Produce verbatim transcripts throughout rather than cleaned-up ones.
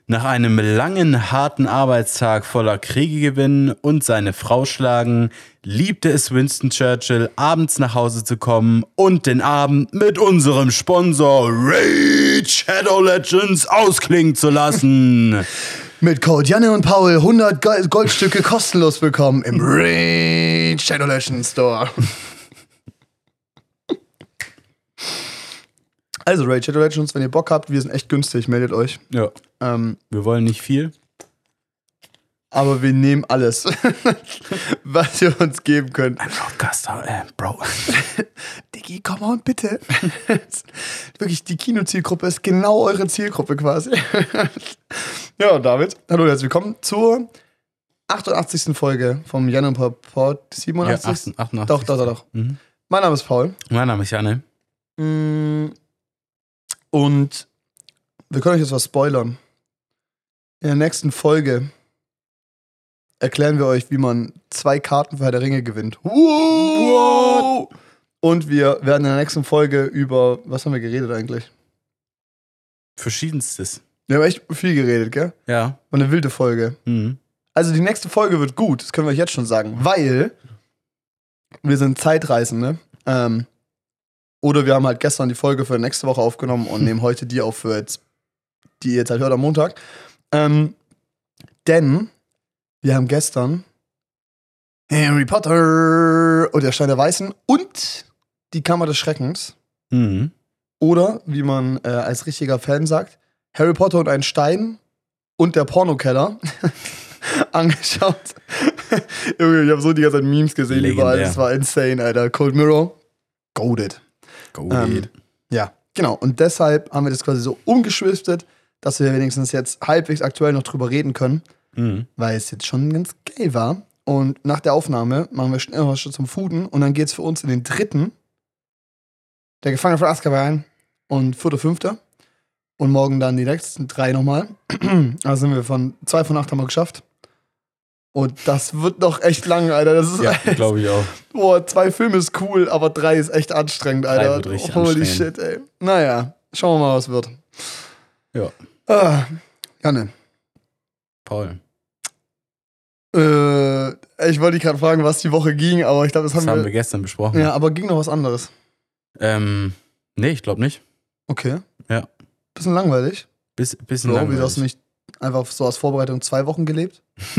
Nach einem langen, harten Arbeitstag voller Kriege gewinnen und seine Frau schlagen, liebte es Winston Churchill, abends nach Hause zu kommen und den Abend mit unserem Sponsor Raid Shadow Legends ausklingen zu lassen. Mit Code Janne und Paul hundert Goldstücke kostenlos bekommen im Raid Shadow Legends Store. Also Raid Shadow Legends, wenn ihr Bock habt, wir sind echt günstig, meldet euch. Ja. Ähm, Wir wollen nicht viel. Aber wir nehmen alles, was ihr uns geben könnt. Ein Outcaster, äh, Bro. Diggi, komm on, bitte. Wirklich, die Kinozielgruppe ist genau eure Zielgruppe quasi. Ja, und damit, hallo und herzlich willkommen zur achtundachtzigsten Folge vom Jan und Paul Pod. siebenundachtzig? Ja, achtundachtzig. Doch, doch, doch, doch. Mhm. Mein Name ist Paul. Mein Name ist Janne. Und wir können euch jetzt was spoilern. In der nächsten Folge erklären wir euch, wie man zwei Karten für Herr der Ringe gewinnt. Wow! Und wir werden in der nächsten Folge über, was haben wir geredet eigentlich? Verschiedenstes. Wir haben echt viel geredet, gell? Ja. War eine wilde Folge. Mhm. Also die nächste Folge wird gut, das können wir euch jetzt schon sagen, weil wir sind Zeitreisende. Ähm, oder wir haben halt gestern die Folge für nächste Woche aufgenommen und nehmen heute die auf für jetzt, die ihr jetzt halt hört am Montag. Ähm, denn wir haben gestern Harry Potter und der Stein der Weißen und die Kammer des Schreckens. Mhm. Oder, wie man äh, als richtiger Fan sagt, Harry Potter und ein Stein und der Pornokeller angeschaut. Junge, ich habe so die ganze Zeit Memes gesehen Legendär. überall. Das war insane, Alter. Cold Mirror. Goated. Goated. Ähm, ja, genau. Und deshalb haben wir das quasi so umgeschwiftet, dass wir wenigstens jetzt halbwegs aktuell noch drüber reden können, Mhm. weil es jetzt schon ganz geil war. Und nach der Aufnahme machen wir schnell was zum Fooden und dann geht's für uns in den dritten, der Gefangene von Azkaban und vierter, fünfter. Und morgen dann die nächsten drei nochmal. Also sind wir von zwei von acht haben wir geschafft. Und das wird noch echt lang, Alter. Das ist Ja, glaube ich auch. Boah, zwei Filme ist cool, aber drei ist echt anstrengend, Alter. Drei wird richtig Holy anstrengend. shit, ey. Naja, schauen wir mal, was wird. Ja. Ah, Janne. Paul. Äh, ich wollte dich gerade fragen, was die Woche ging, aber ich glaube, das, Das haben, haben wir, wir gestern besprochen. Ja, aber ging noch was anderes. Ähm, nee, ich glaube nicht. Okay. Ja. Bisschen langweilig. Bis, bisschen Bro, langweilig. wieso hast du nicht einfach so aus Vorbereitung zwei Wochen gelebt?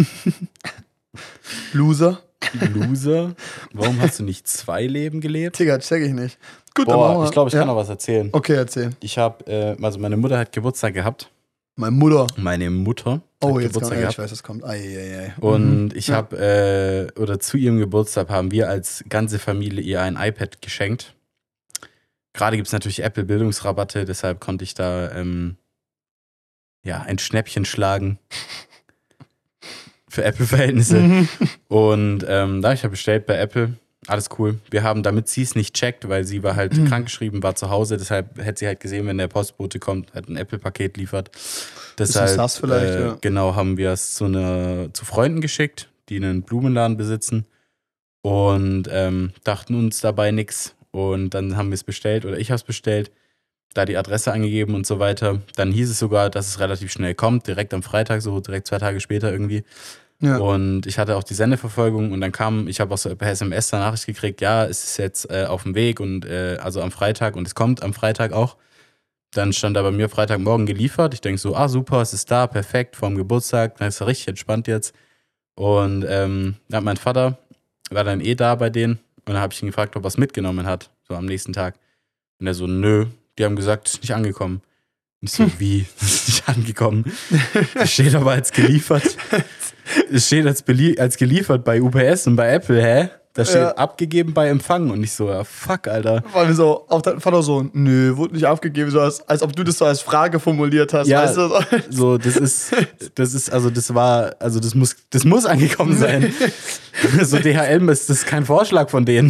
Loser. Loser. Warum hast du nicht zwei Leben gelebt? Digga, check ich nicht. Gut, dann machen Boah, wir. ich glaube, ich ja? kann noch was erzählen. Okay, erzähl. Ich habe, äh, also meine Mutter hat Geburtstag gehabt. Meine Mutter. Meine Mutter Oh, hat jetzt Geburtstag kommt, ja, ich gehabt. weiß, was kommt. Ei, ei, ei. Und ich Ja. habe, äh, oder zu ihrem Geburtstag haben wir als ganze Familie ihr ein iPad geschenkt. Gerade gibt es natürlich Apple-Bildungsrabatte, deshalb konnte ich da ähm, ja, ein Schnäppchen schlagen für Apple-Verhältnisse. Mhm. Und ähm, da habe ich ja bestellt bei Apple. Alles cool. Wir haben, damit sie es nicht checkt, weil sie war halt Mhm. krankgeschrieben, war zu Hause, deshalb hätte sie halt gesehen, wenn der Postbote kommt, halt ein Apple-Paket liefert. Bisschen Deshalb, sass vielleicht, äh, ja. genau, haben wir es zu, eine, zu Freunden geschickt, die einen Blumenladen besitzen und ähm, dachten uns dabei nichts. Und dann haben wir es bestellt oder ich habe es bestellt, da die Adresse angegeben und so weiter. Dann hieß es sogar, dass es relativ schnell kommt, direkt am Freitag, so direkt zwei Tage später irgendwie. Ja. Und ich hatte auch die Sendeverfolgung und dann kam, ich habe auch so per S M S eine Nachricht gekriegt, ja, es ist jetzt äh, auf dem Weg und äh, also am Freitag und es kommt am Freitag auch. Dann stand da bei mir Freitagmorgen geliefert. Ich denke so, ah super, es ist da, perfekt, vorm Geburtstag, dann ist er richtig entspannt jetzt. Und ähm, dann hat mein Vater, war dann eh da bei denen und dann habe ich ihn gefragt, ob er es mitgenommen hat, so am nächsten Tag. Und er so, nö, die haben gesagt, es ist nicht angekommen. Und ich so, wie, das ist nicht angekommen? Es steht aber als geliefert. Es steht als, belie- als geliefert bei U P S und bei Apple, hä? Da steht Ja. abgegeben bei Empfang. Und ich so, ja, fuck, Alter. Weil wir so, auch dein Vater so, nö, wurde nicht abgegeben, so als, als ob du das so als Frage formuliert hast, Ja, weißt du? So. So, das ist, das ist, also das war, also das muss, das muss angekommen sein. So D H L ist das kein Vorschlag von denen.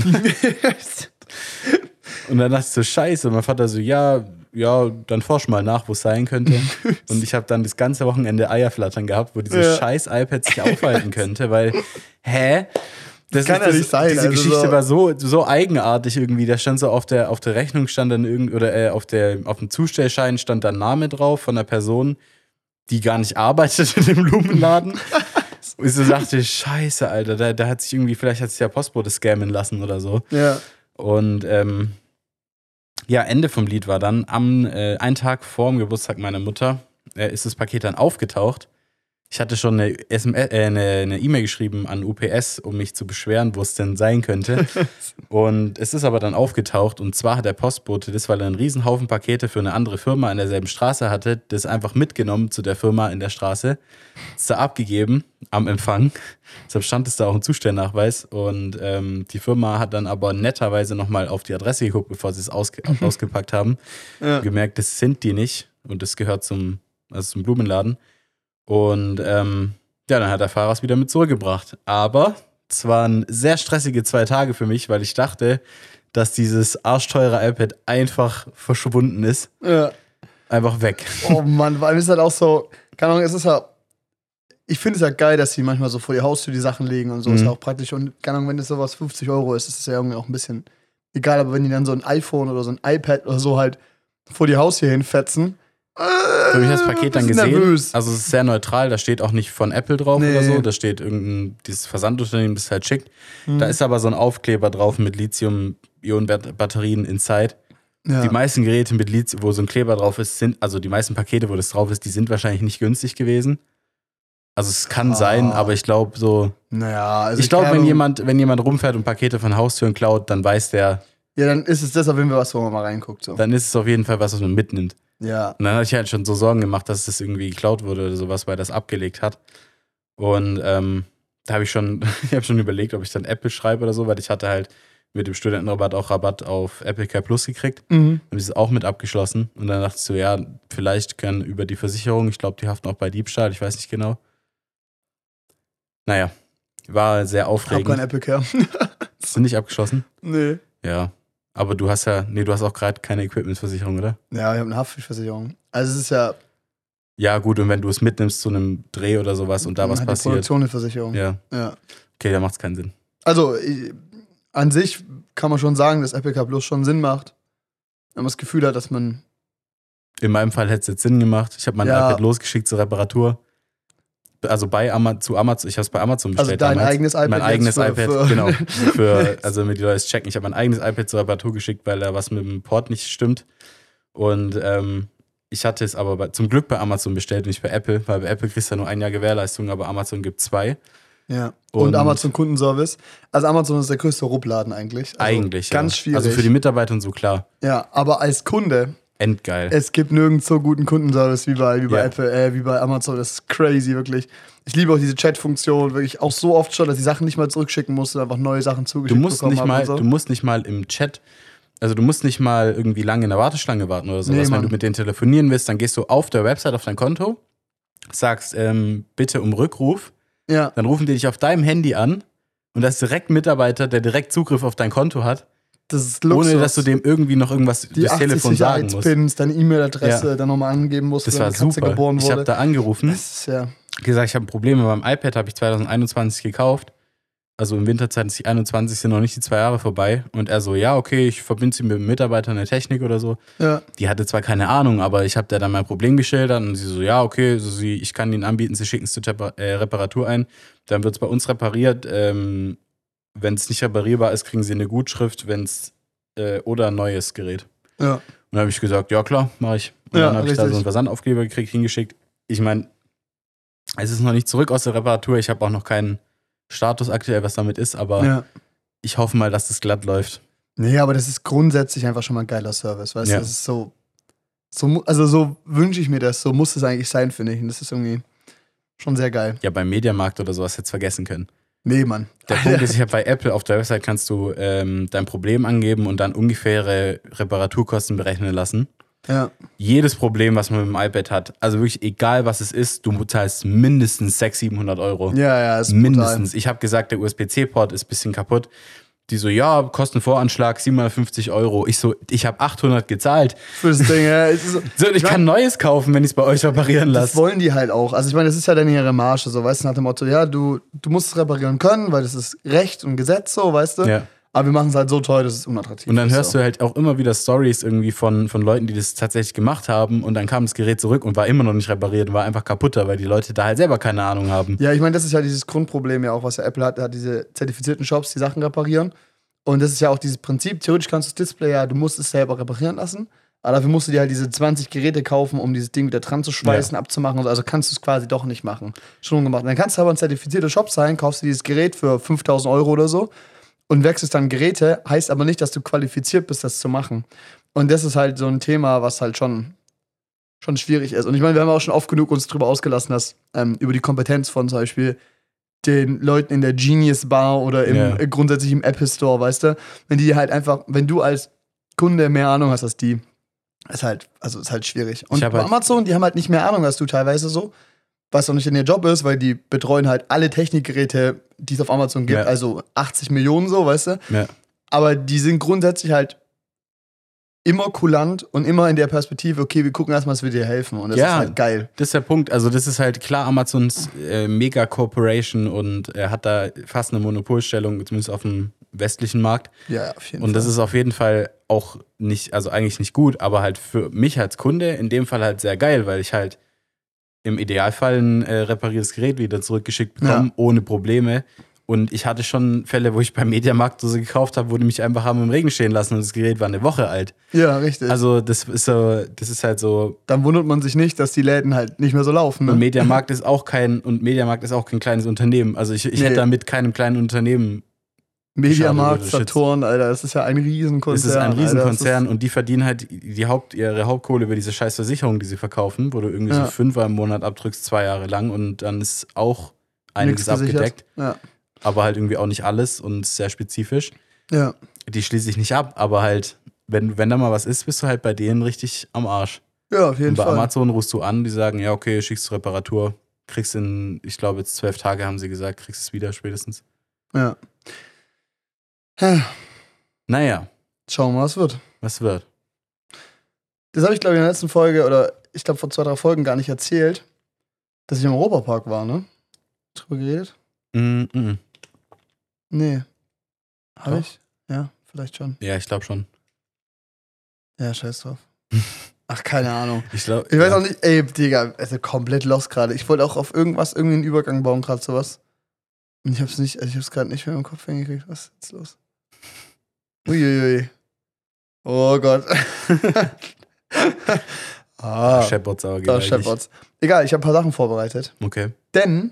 Und dann dachte ich so, scheiße. Und mein Vater so, ja, ja, dann forsch mal nach, wo es sein könnte. Und ich habe dann das ganze Wochenende Eierflattern gehabt, wo dieses Ja. scheiß iPad sich aufhalten könnte, weil, hä? Das Kann ja nicht sein, Diese also Geschichte so- war so, so eigenartig irgendwie. Da stand so auf der, auf der Rechnung stand dann irgend oder äh, auf, der, auf dem Zustellschein stand dann Name drauf von der Person, die gar nicht arbeitet in dem Blumenladen. Und ich so dachte, scheiße, Alter, da, da hat sich irgendwie, vielleicht hat sich der Postbote scammen lassen oder so. Ja. Und ähm, ja, Ende vom Lied war dann, am äh, einen Tag vor dem Geburtstag meiner Mutter äh, ist das Paket dann aufgetaucht. Ich hatte schon eine S M S, äh, eine, eine E-Mail geschrieben an U P S, um mich zu beschweren, wo es denn sein könnte. Und es ist aber dann aufgetaucht. Und zwar hat der Postbote das, weil er einen Riesenhaufen Pakete für eine andere Firma in derselben Straße hatte, das einfach mitgenommen zu der Firma in der Straße, ist da abgegeben am Empfang. Deshalb stand es da auch im Zustellnachweis. Und ähm, die Firma hat dann aber netterweise nochmal auf die Adresse geguckt, bevor sie es ausge- ausgepackt haben. Ja. Gemerkt, das sind die nicht. Und das gehört zum, also zum Blumenladen. Und ähm, ja, dann hat der Fahrer es wieder mit zurückgebracht. Aber es waren sehr stressige zwei Tage für mich, weil ich dachte, dass dieses arschteure iPad einfach verschwunden ist. Ja. Einfach weg. Oh Mann, weil es ist halt auch so, keine Ahnung, es ist ja, ich finde es ja geil, dass sie manchmal so vor die Haustür die Sachen legen und so, mhm. ist ja auch praktisch. Und keine Ahnung, wenn das sowas fünfzig Euro ist, ist es ja irgendwie auch ein bisschen egal. Aber wenn die dann so ein iPhone oder so ein iPad oder so halt vor die Haustür hinfetzen, so habe ich das Paket dann gesehen. Nervös. Also es ist sehr neutral, da steht auch nicht von Apple drauf nee. oder so, da steht irgendein, dieses Versandunternehmen, das halt schickt. Mhm. Da ist aber so ein Aufkleber drauf mit Lithium-Ionen-Batterien inside. Ja. Die meisten Geräte mit Lithium, wo so ein Kleber drauf ist, sind, also die meisten Pakete, wo das drauf ist, die sind wahrscheinlich nicht günstig gewesen. Also es kann ah. sein, aber ich glaube so, naja, also ich glaube, wenn jemand, wenn jemand rumfährt und Pakete von Haustüren klaut, dann weiß der. Ja, dann ist es das auf jeden Fall was, wo man mal reinguckt. So. Dann ist es auf jeden Fall was, was man mitnimmt. Ja. Und dann hatte ich halt schon so Sorgen gemacht, dass das irgendwie geklaut wurde oder sowas, weil das abgelegt hat. Und ähm, da habe ich schon, ich habe schon überlegt, ob ich dann Apple schreibe oder so, weil ich hatte halt mit dem Studentenrabatt auch Rabatt auf Apple Care Plus gekriegt. Mhm. Habe ich es auch mit abgeschlossen. Und dann dachte ich so, ja, vielleicht können über die Versicherung, ich glaube, die haften auch bei Diebstahl, ich weiß nicht genau. Naja, war sehr aufregend. Ich habe kein Apple Care. Hast du nicht abgeschlossen? Nee. Ja. Aber du hast ja, nee, du hast auch gerade keine Equipmentversicherung, oder? Ja, ich habe eine Haftpflichtversicherung. Also es ist ja... Ja gut, und wenn du es mitnimmst zu einem Dreh oder sowas und da was die passiert... Produktion eine Versicherung. Ja. ja. Okay, da macht es keinen Sinn. Also, ich, an sich kann man schon sagen, dass Apple Care Plus schon Sinn macht. Wenn man das Gefühl hat, dass man... In meinem Fall hätte es jetzt Sinn gemacht. Ich habe mein ja. iPad losgeschickt zur Reparatur. Also bei Amazon, zu Amazon, ich habe es bei Amazon bestellt. Also dein damals. eigenes iPad? Mein eigenes für, iPad, für genau. Für, also damit die Leute es checken. Ich habe mein eigenes iPad zur Reparatur geschickt, weil da was mit dem Port nicht stimmt. Und ähm, ich hatte es aber bei, zum Glück bei Amazon bestellt und nicht bei Apple, weil bei Apple kriegst du ja nur ein Jahr Gewährleistung, aber Amazon gibt zwei. Ja. Und, und Amazon Kundenservice. Also Amazon ist der größte Ruppladen eigentlich. Also eigentlich, ganz ja. schwierig. Also für die Mitarbeiter und so, klar. Ja, aber als Kunde... Endgeil. Es gibt nirgends so guten Kundenservice wie bei, wie bei ja. Apple, äh, wie bei Amazon. Das ist crazy, wirklich. Ich liebe auch diese Chat-Funktion, wirklich auch so oft schon, dass ich Sachen nicht mal zurückschicken musste, einfach neue Sachen zugeschickt du musst bekommen nicht mal, und so. Du musst nicht mal im Chat, also du musst nicht mal irgendwie lange in der Warteschlange warten oder sowas. Nee, wenn du mit denen telefonieren willst, dann gehst du auf der Website auf dein Konto, sagst ähm, bitte um Rückruf, ja. dann rufen die dich auf deinem Handy an und da ist direkt ein Mitarbeiter, der direkt Zugriff auf dein Konto hat. Das ist Luxus. Ohne, dass du dem irgendwie noch irgendwas die durchs Telefon sagen musst. Pins, deine E-Mail-Adresse ja. dann nochmal angeben musst, das wenn war die Katze super. geboren wurde. Ich habe da angerufen. Das ist, ja. gesagt, ich habe ein Problem mit meinem iPad, habe ich zwanzig einundzwanzig gekauft. Also im Winter zwanzig einundzwanzig sind noch nicht die zwei Jahre vorbei. Und er so, ja, okay, ich verbinde sie mit einem Mitarbeiter in der Technik oder so. Ja. Die hatte zwar keine Ahnung, aber ich habe da dann mein Problem geschildert und sie so, ja, okay, so sie, ich kann ihnen anbieten, sie schicken es zur Tepa- äh, Reparatur ein. Dann wird es bei uns repariert. Ähm, wenn es nicht reparierbar ist, kriegen sie eine Gutschrift, wenn es äh, oder ein neues Gerät. Ja. Und dann habe ich gesagt, ja klar, mache ich. Und ja, dann habe ich da richtig. so einen Versandaufkleber gekriegt, hingeschickt. Ich meine, es ist noch nicht zurück aus der Reparatur. Ich habe auch noch keinen Status aktuell, was damit ist, aber ja. ich hoffe mal, dass das glatt läuft. Nee, aber das ist grundsätzlich einfach schon mal ein geiler Service, weißt ja. du? Das ist so, so, also so wünsche ich mir das, so muss es eigentlich sein, finde ich. Und das ist irgendwie schon sehr geil. Ja, beim Mediamarkt oder sowas hättest du vergessen können. Nee, Mann. Der Punkt ist, ich habe bei Apple auf der Website kannst du ähm, dein Problem angeben und dann ungefähre Reparaturkosten berechnen lassen. Ja. Jedes Problem, was man mit dem iPad hat, also wirklich egal, was es ist, du zahlst mindestens sechshundert, siebenhundert Euro. Ja, ja, ist mindestens. brutal. Ich habe gesagt, der U S B C-Port ist ein bisschen kaputt. Die so, ja, Kostenvoranschlag siebenhundertfünfzig Euro. Ich so, ich habe achthundert gezahlt. Für das Ding, ja. So, so, ich, ich kann mein, Neues kaufen, wenn ich es bei euch reparieren lasse. Das wollen die halt auch. Also ich meine, das ist ja dann ihre Marge, so, weißt du, nach dem Motto, ja, du, du musst es reparieren können, weil das ist Recht und Gesetz, so, weißt du. Ja. Aber wir machen es halt so teuer, dass es unattraktiv ist. Und dann hörst so. du halt auch immer wieder Stories irgendwie von, von Leuten, die das tatsächlich gemacht haben und dann kam das Gerät zurück und war immer noch nicht repariert und war einfach kaputter, weil die Leute da halt selber keine Ahnung haben. Ja, ich meine, das ist ja dieses Grundproblem ja auch, was ja Apple hat. Er hat diese zertifizierten Shops, die Sachen reparieren. Und das ist ja auch dieses Prinzip. Theoretisch kannst du das Display ja, du musst es selber reparieren lassen. Aber dafür musst du dir halt diese zwanzig Geräte kaufen, um dieses Ding wieder dran zu schweißen, ja. abzumachen. Und so. Also kannst du es quasi doch nicht machen. Schon gemacht. Und dann kannst du aber ein zertifizierter Shop sein, kaufst du dieses Gerät für fünftausend Euro oder so und wechselst dann Geräte. Heißt aber nicht, dass du qualifiziert bist, das zu machen. Und das ist halt so ein Thema, was halt schon, schon schwierig ist. Und ich meine, wir haben auch schon oft genug uns drüber ausgelassen, dass ähm, über die Kompetenz von zum Beispiel den Leuten in der Genius Bar oder im, Ja. äh, grundsätzlich im Apple Store, weißt du? Wenn die halt einfach, wenn du als Kunde mehr Ahnung hast als die, ist halt, also ist halt schwierig. Und Ich hab bei halt- Amazon, die haben halt nicht mehr Ahnung als du teilweise so, was auch nicht in ihr Job ist, weil die betreuen halt alle Technikgeräte, die es auf Amazon gibt, Ja. also achtzig Millionen so, weißt du? Ja. Aber die sind grundsätzlich halt immer kulant und immer in der Perspektive, okay, wir gucken erstmal, dass wir dir helfen. Und das Ja. ist halt geil. Das ist der Punkt. Also, das ist halt klar Amazons äh, Mega-Corporation und er hat da fast eine Monopolstellung, zumindest auf dem westlichen Markt. Ja, auf jeden Und Fall. das ist auf jeden Fall auch nicht, also eigentlich nicht gut, aber halt für mich als Kunde in dem Fall halt sehr geil, weil ich halt im Idealfall ein äh, repariertes Gerät wieder zurückgeschickt bekomme, Ja. ohne Probleme. Und ich hatte schon Fälle, wo ich beim Mediamarkt so gekauft habe, wo die mich einfach haben im Regen stehen lassen und das Gerät war eine Woche alt. Ja, richtig. Also das ist so, das ist halt so. Dann wundert man sich nicht, dass die Läden halt nicht mehr so laufen. Ne? Und Mediamarkt ist auch kein und Mediamarkt ist auch kein kleines Unternehmen. Also ich, ich Nee. hätte da mit keinem kleinen Unternehmen. Mediamarkt, Schade, würde Saturn, Alter, das ist ja ein Riesenkonzern. Es ist ein Alter, Riesenkonzern das und die verdienen halt die Haupt, ihre Hauptkohle über diese scheiß Versicherung, die sie verkaufen, wo du irgendwie Ja. so Fünfer im Monat abdrückst, zwei Jahre lang und dann ist auch ist einiges nix gesichert. abgedeckt, Ja. aber halt irgendwie auch nicht alles und sehr spezifisch. Ja. Die schließe ich nicht ab, aber halt, wenn, wenn da mal was ist, bist du halt bei denen richtig am Arsch. Ja, auf jeden Und bei Fall. Amazon rufst du an, die sagen, ja, okay, schickst du Reparatur, kriegst in, ich glaube, jetzt zwölf Tage haben sie gesagt, kriegst es wieder spätestens. Ja. Naja, Schauen wir mal, was wird. was wird? Das habe ich, glaube ich, in der letzten Folge oder ich glaube vor zwei, drei Folgen gar nicht erzählt, dass ich im Europapark war, ne? Drüber geredet? Mm -mm. Nee. Habe Doch. ich? Ja, vielleicht schon. Ja, ich glaube schon. Ja, scheiß drauf. Ach, keine Ahnung. Ich glaube. Ich weiß ja. auch nicht, ey, Digga, also komplett lost gerade. Ich wollte auch auf irgendwas, irgendwie einen Übergang bauen, gerade sowas. Und ich hab's nicht, also ich hab's gerade nicht mehr im Kopf hingekriegt. Was ist jetzt los? Uiuiui. Oh Gott. ah, Shepherds aber da gewaltig. Shepherds. Egal, ich habe ein paar Sachen vorbereitet. Okay. Denn,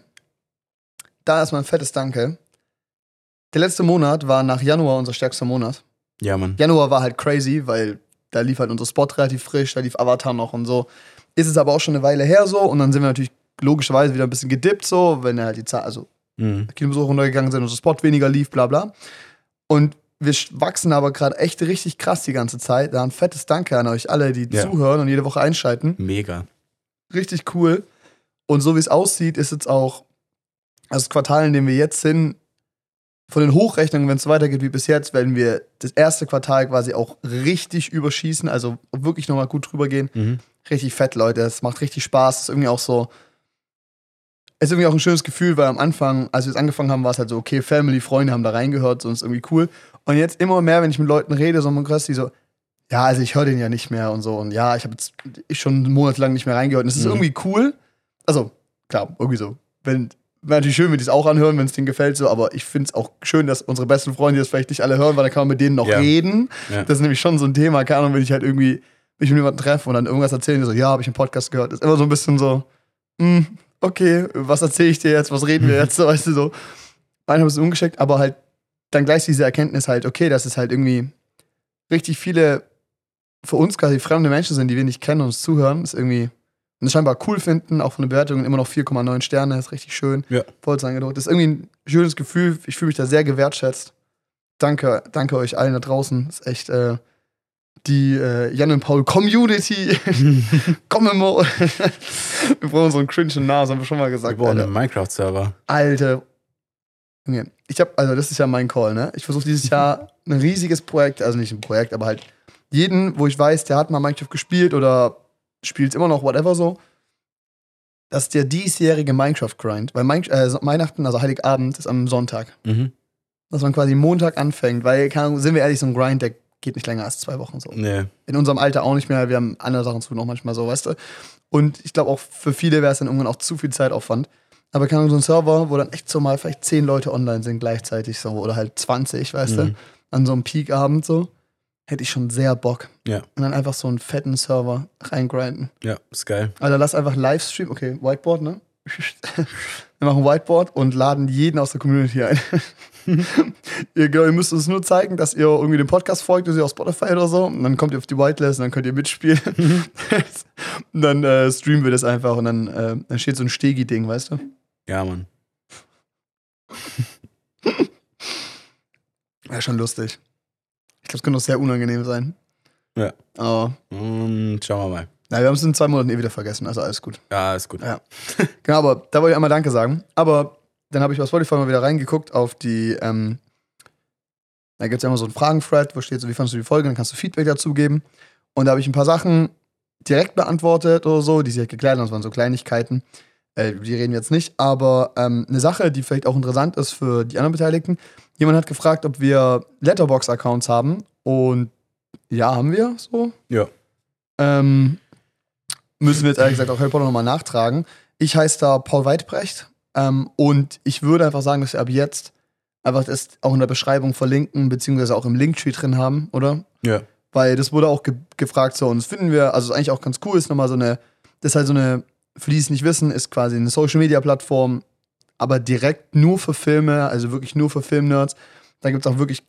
da ist mein fettes Danke. Der letzte Monat war nach Januar unser stärkster Monat. Ja, Mann. Januar war halt crazy, weil da lief halt unser Spot relativ frisch, da lief Avatar noch und so. Ist es aber auch schon eine Weile her so und dann sind wir natürlich logischerweise wieder ein bisschen gedippt so, wenn halt die Zahl, also Mhm. Kinobesucher runtergegangen sind, unser Spot weniger lief, bla bla. Und wir sch- wachsen aber gerade echt richtig krass die ganze Zeit. Da ein fettes Danke an euch alle, die Ja. zuhören und jede Woche einschalten. Mega. Richtig cool. Und so wie es aussieht, ist jetzt auch, also das Quartal, in dem wir jetzt sind, von den Hochrechnungen, wenn es weitergeht wie bis jetzt, werden wir das erste Quartal quasi auch richtig überschießen, also wirklich nochmal gut drüber gehen. Mhm. Richtig fett, Leute. Es macht richtig Spaß. Es ist irgendwie auch so, es ist irgendwie auch ein schönes Gefühl, weil am Anfang, als wir es angefangen haben, war es halt so, okay, Family, Freunde haben da reingehört, so ist irgendwie cool. Und jetzt immer mehr, wenn ich mit Leuten rede, so man die so, ja, also ich höre den ja nicht mehr und so. Und ja, ich habe jetzt ich schon monatelang nicht mehr reingehört. Und es ist Mhm. irgendwie cool. Also, klar, irgendwie so. Wenn, wäre natürlich schön, wenn die es auch anhören, wenn es denen gefällt, so, aber ich finde es auch schön, dass unsere besten Freunde das vielleicht nicht alle hören, weil dann kann man mit denen noch Ja. reden. Ja. Das ist nämlich schon so ein Thema, keine Ahnung, wenn ich halt irgendwie mich mit jemandem treffe und dann irgendwas erzählen, die so, ja, habe ich einen Podcast gehört. Das ist immer so ein bisschen so, mh, okay, was erzähle ich dir jetzt, was reden wir jetzt, so, weißt du, so. Einen habe ich es umgeschickt, aber halt dann gleich diese Erkenntnis halt, okay, dass es halt irgendwie richtig viele für uns quasi fremde Menschen sind, die wir nicht kennen und uns zuhören, ist irgendwie und es scheinbar cool finden, auch von den Bewertungen immer noch vier Komma neun Sterne, ist richtig schön. Ja. Voll angedruckt. Das ist irgendwie ein schönes Gefühl, ich fühle mich da sehr gewertschätzt. Danke, danke euch allen da draußen. Das ist echt äh, die äh, Jan und Paul Community. Komm immer. Wir brauchen so einen cringen Namen, das haben wir schon mal Wir gesagt. brauchen Alter. einen Minecraft-Server. Alter. Junge, ich hab, also das ist ja mein Call, ne? Ich versuche dieses Jahr ein riesiges Projekt, also nicht ein Projekt, aber halt jeden, wo ich weiß, der hat mal Minecraft gespielt oder spielt immer noch, whatever so, dass der diesjährige Minecraft-Grind, weil Min äh, Weihnachten, also Heiligabend, ist am Sonntag. Mhm. dass man quasi Montag anfängt, weil, keine Ahnung, sind wir ehrlich, so ein Grind, der geht nicht länger als zwei Wochen so. Nee. In unserem Alter auch nicht mehr, wir haben andere Sachen zu tun, auch manchmal so, weißt du. Und ich glaube auch für viele wäre es dann irgendwann auch zu viel Zeitaufwand. Aber keine Ahnung, so ein Server, wo dann echt so mal vielleicht zehn Leute online sind gleichzeitig so, oder halt zwanzig, weißt Mhm. du, an so einem Peak-Abend so, hätte ich schon sehr Bock. Ja. Und dann einfach so einen fetten Server reingrinden. Ja, ist geil. Alter, lass einfach Livestream, okay, Whiteboard, ne? Wir machen Whiteboard und laden jeden aus der Community ein. ihr, ihr müsst uns nur zeigen, dass ihr irgendwie dem Podcast folgt, dass ihr auf Spotify oder so. Und dann kommt ihr auf die Whitelist und dann könnt ihr mitspielen. und dann äh, streamen wir das einfach und dann, äh, dann steht so ein Stegi-Ding, weißt du? Ja, Mann. Ja, schon lustig. Ich glaube, es könnte auch sehr unangenehm sein. Ja. Aber, Und schauen wir mal. na, wir haben es in zwei Monaten eh wieder vergessen, also alles gut. Ja, ist gut. Ja. Genau, aber da wollte ich einmal Danke sagen. Aber dann habe ich bei Spotify mal wieder reingeguckt auf die, ähm, da gibt es ja immer so einen Fragen-Thread, wo steht so, wie fandest du die Folge, dann kannst du Feedback dazu geben. Und da habe ich ein paar Sachen direkt beantwortet oder so, die sich halt geklärt haben, das waren so Kleinigkeiten. Äh, die reden wir jetzt nicht, aber ähm, eine Sache, die vielleicht auch interessant ist für die anderen Beteiligten. Jemand hat gefragt, ob wir Letterboxd-Accounts haben. Und ja, haben wir so. Ja. Ähm, müssen wir jetzt ehrlich gesagt auch Harry Potter nochmal nachtragen. Ich heiße da Paul Weidbrecht. Ähm, und ich würde einfach sagen, dass wir ab jetzt einfach das auch in der Beschreibung verlinken, beziehungsweise auch im Linktree drin haben, oder? Ja. Weil das wurde auch ge gefragt, so, und das finden wir, also ist eigentlich auch ganz cool, ist nochmal so eine, das ist halt so eine, für die es nicht wissen, ist quasi eine Social-Media-Plattform, aber direkt nur für Filme, also wirklich nur für Film-Nerds. Da gibt es auch wirklich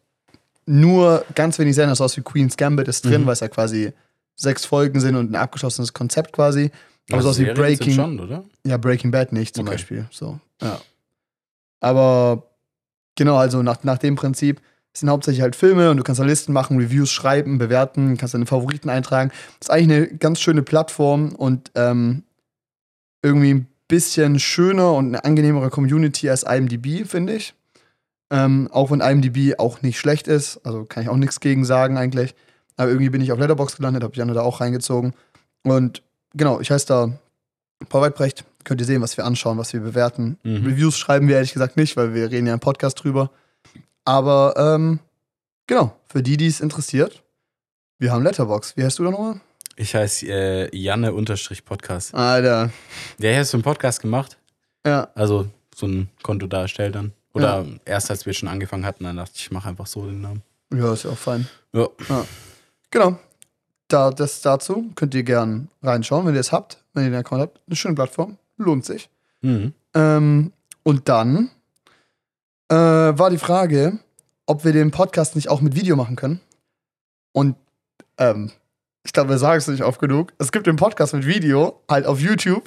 nur ganz wenig Sender, so aus wie Queen's Gambit ist drin, Mhm. weil es ja quasi sechs Folgen sind und ein abgeschlossenes Konzept quasi. Aber Also sowas wie Serien sind Breaking, schon, oder? ja, Breaking Bad nicht zum Okay. Beispiel. So, ja. Aber genau, also nach, nach dem Prinzip sind hauptsächlich halt Filme und du kannst da Listen machen, Reviews schreiben, bewerten, kannst deine Favoriten eintragen. Das ist eigentlich eine ganz schöne Plattform und ähm, irgendwie ein bisschen schöner und eine angenehmere Community als IMDb, finde ich. Ähm, auch wenn IMDb auch nicht schlecht ist, also kann ich auch nichts gegen sagen eigentlich. Aber irgendwie bin ich auf Letterboxd gelandet, habe Janne da auch reingezogen. Und genau, ich heiße da Paul Weidbrecht. Könnt ihr sehen, was wir anschauen, was wir bewerten. Mhm. Reviews schreiben wir ehrlich gesagt nicht, weil wir reden ja im Podcast drüber. Aber ähm, genau, für die, die es interessiert, wir haben Letterboxd. Wie heißt du da nochmal? Ich heiße äh, Janne-Podcast. Alter. Der hat so einen Podcast gemacht. Ja. Also so ein Konto da erstellt dann. Oder erst als wir schon angefangen hatten, dann dachte ich, ich mache einfach so den Namen. Ja, ist ja auch fein. Ja. Ja. Genau. Da, das dazu könnt ihr gern reinschauen, wenn ihr es habt, wenn ihr den Account habt. Eine schöne Plattform. Lohnt sich. Mhm. Ähm, und dann äh, war die Frage, ob wir den Podcast nicht auch mit Video machen können. Und ähm, ich glaube, wir sagen es nicht oft genug. Es gibt den Podcast mit Video, halt auf YouTube.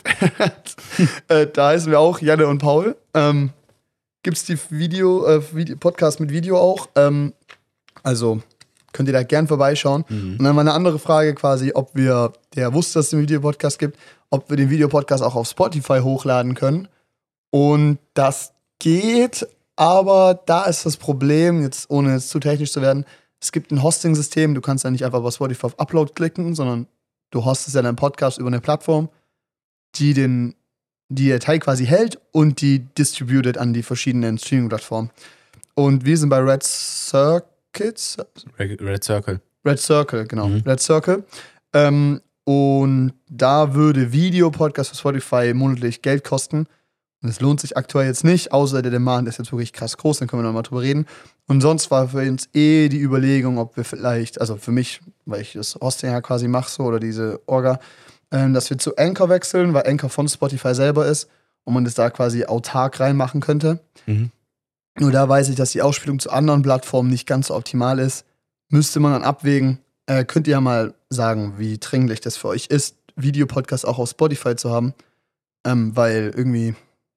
äh, da heißen wir auch Janne und Paul. Ähm, Gibt es die Video, äh, Video, Podcast mit Video auch. Ähm, also könnt ihr da gern vorbeischauen. Mhm. Und dann war eine andere Frage quasi, ob wir, der wusste, dass es den Videopodcast gibt, ob wir den Videopodcast auch auf Spotify hochladen können. Und das geht, aber da ist das Problem, jetzt ohne jetzt zu technisch zu werden, es gibt ein Hosting-System, du kannst ja nicht einfach bei Spotify auf Upload klicken, sondern du hostest ja deinen Podcast über eine Plattform, die den die Datei quasi hält und die distributed an die verschiedenen Streaming-Plattformen. Und wir sind bei Red Circuits, Red Circle. Red Circle, genau. Mhm. Red Circle. Ähm, und da würde Videopodcast für Spotify monatlich Geld kosten. Und es lohnt sich aktuell jetzt nicht, außer der Demand ist jetzt wirklich krass groß, dann können wir nochmal drüber reden. Und sonst war für uns eh die Überlegung, ob wir vielleicht, also für mich, weil ich das Hosting ja quasi mache so, oder diese Orga, ähm, dass wir zu Anchor wechseln, weil Anchor von Spotify selber ist und man das da quasi autark reinmachen könnte. Mhm. Nur da weiß ich, dass die Ausspielung zu anderen Plattformen nicht ganz so optimal ist. Müsste man dann abwägen. Äh, könnt ihr ja mal sagen, wie dringlich das für euch ist, Videopodcast auch auf Spotify zu haben. Ähm, weil irgendwie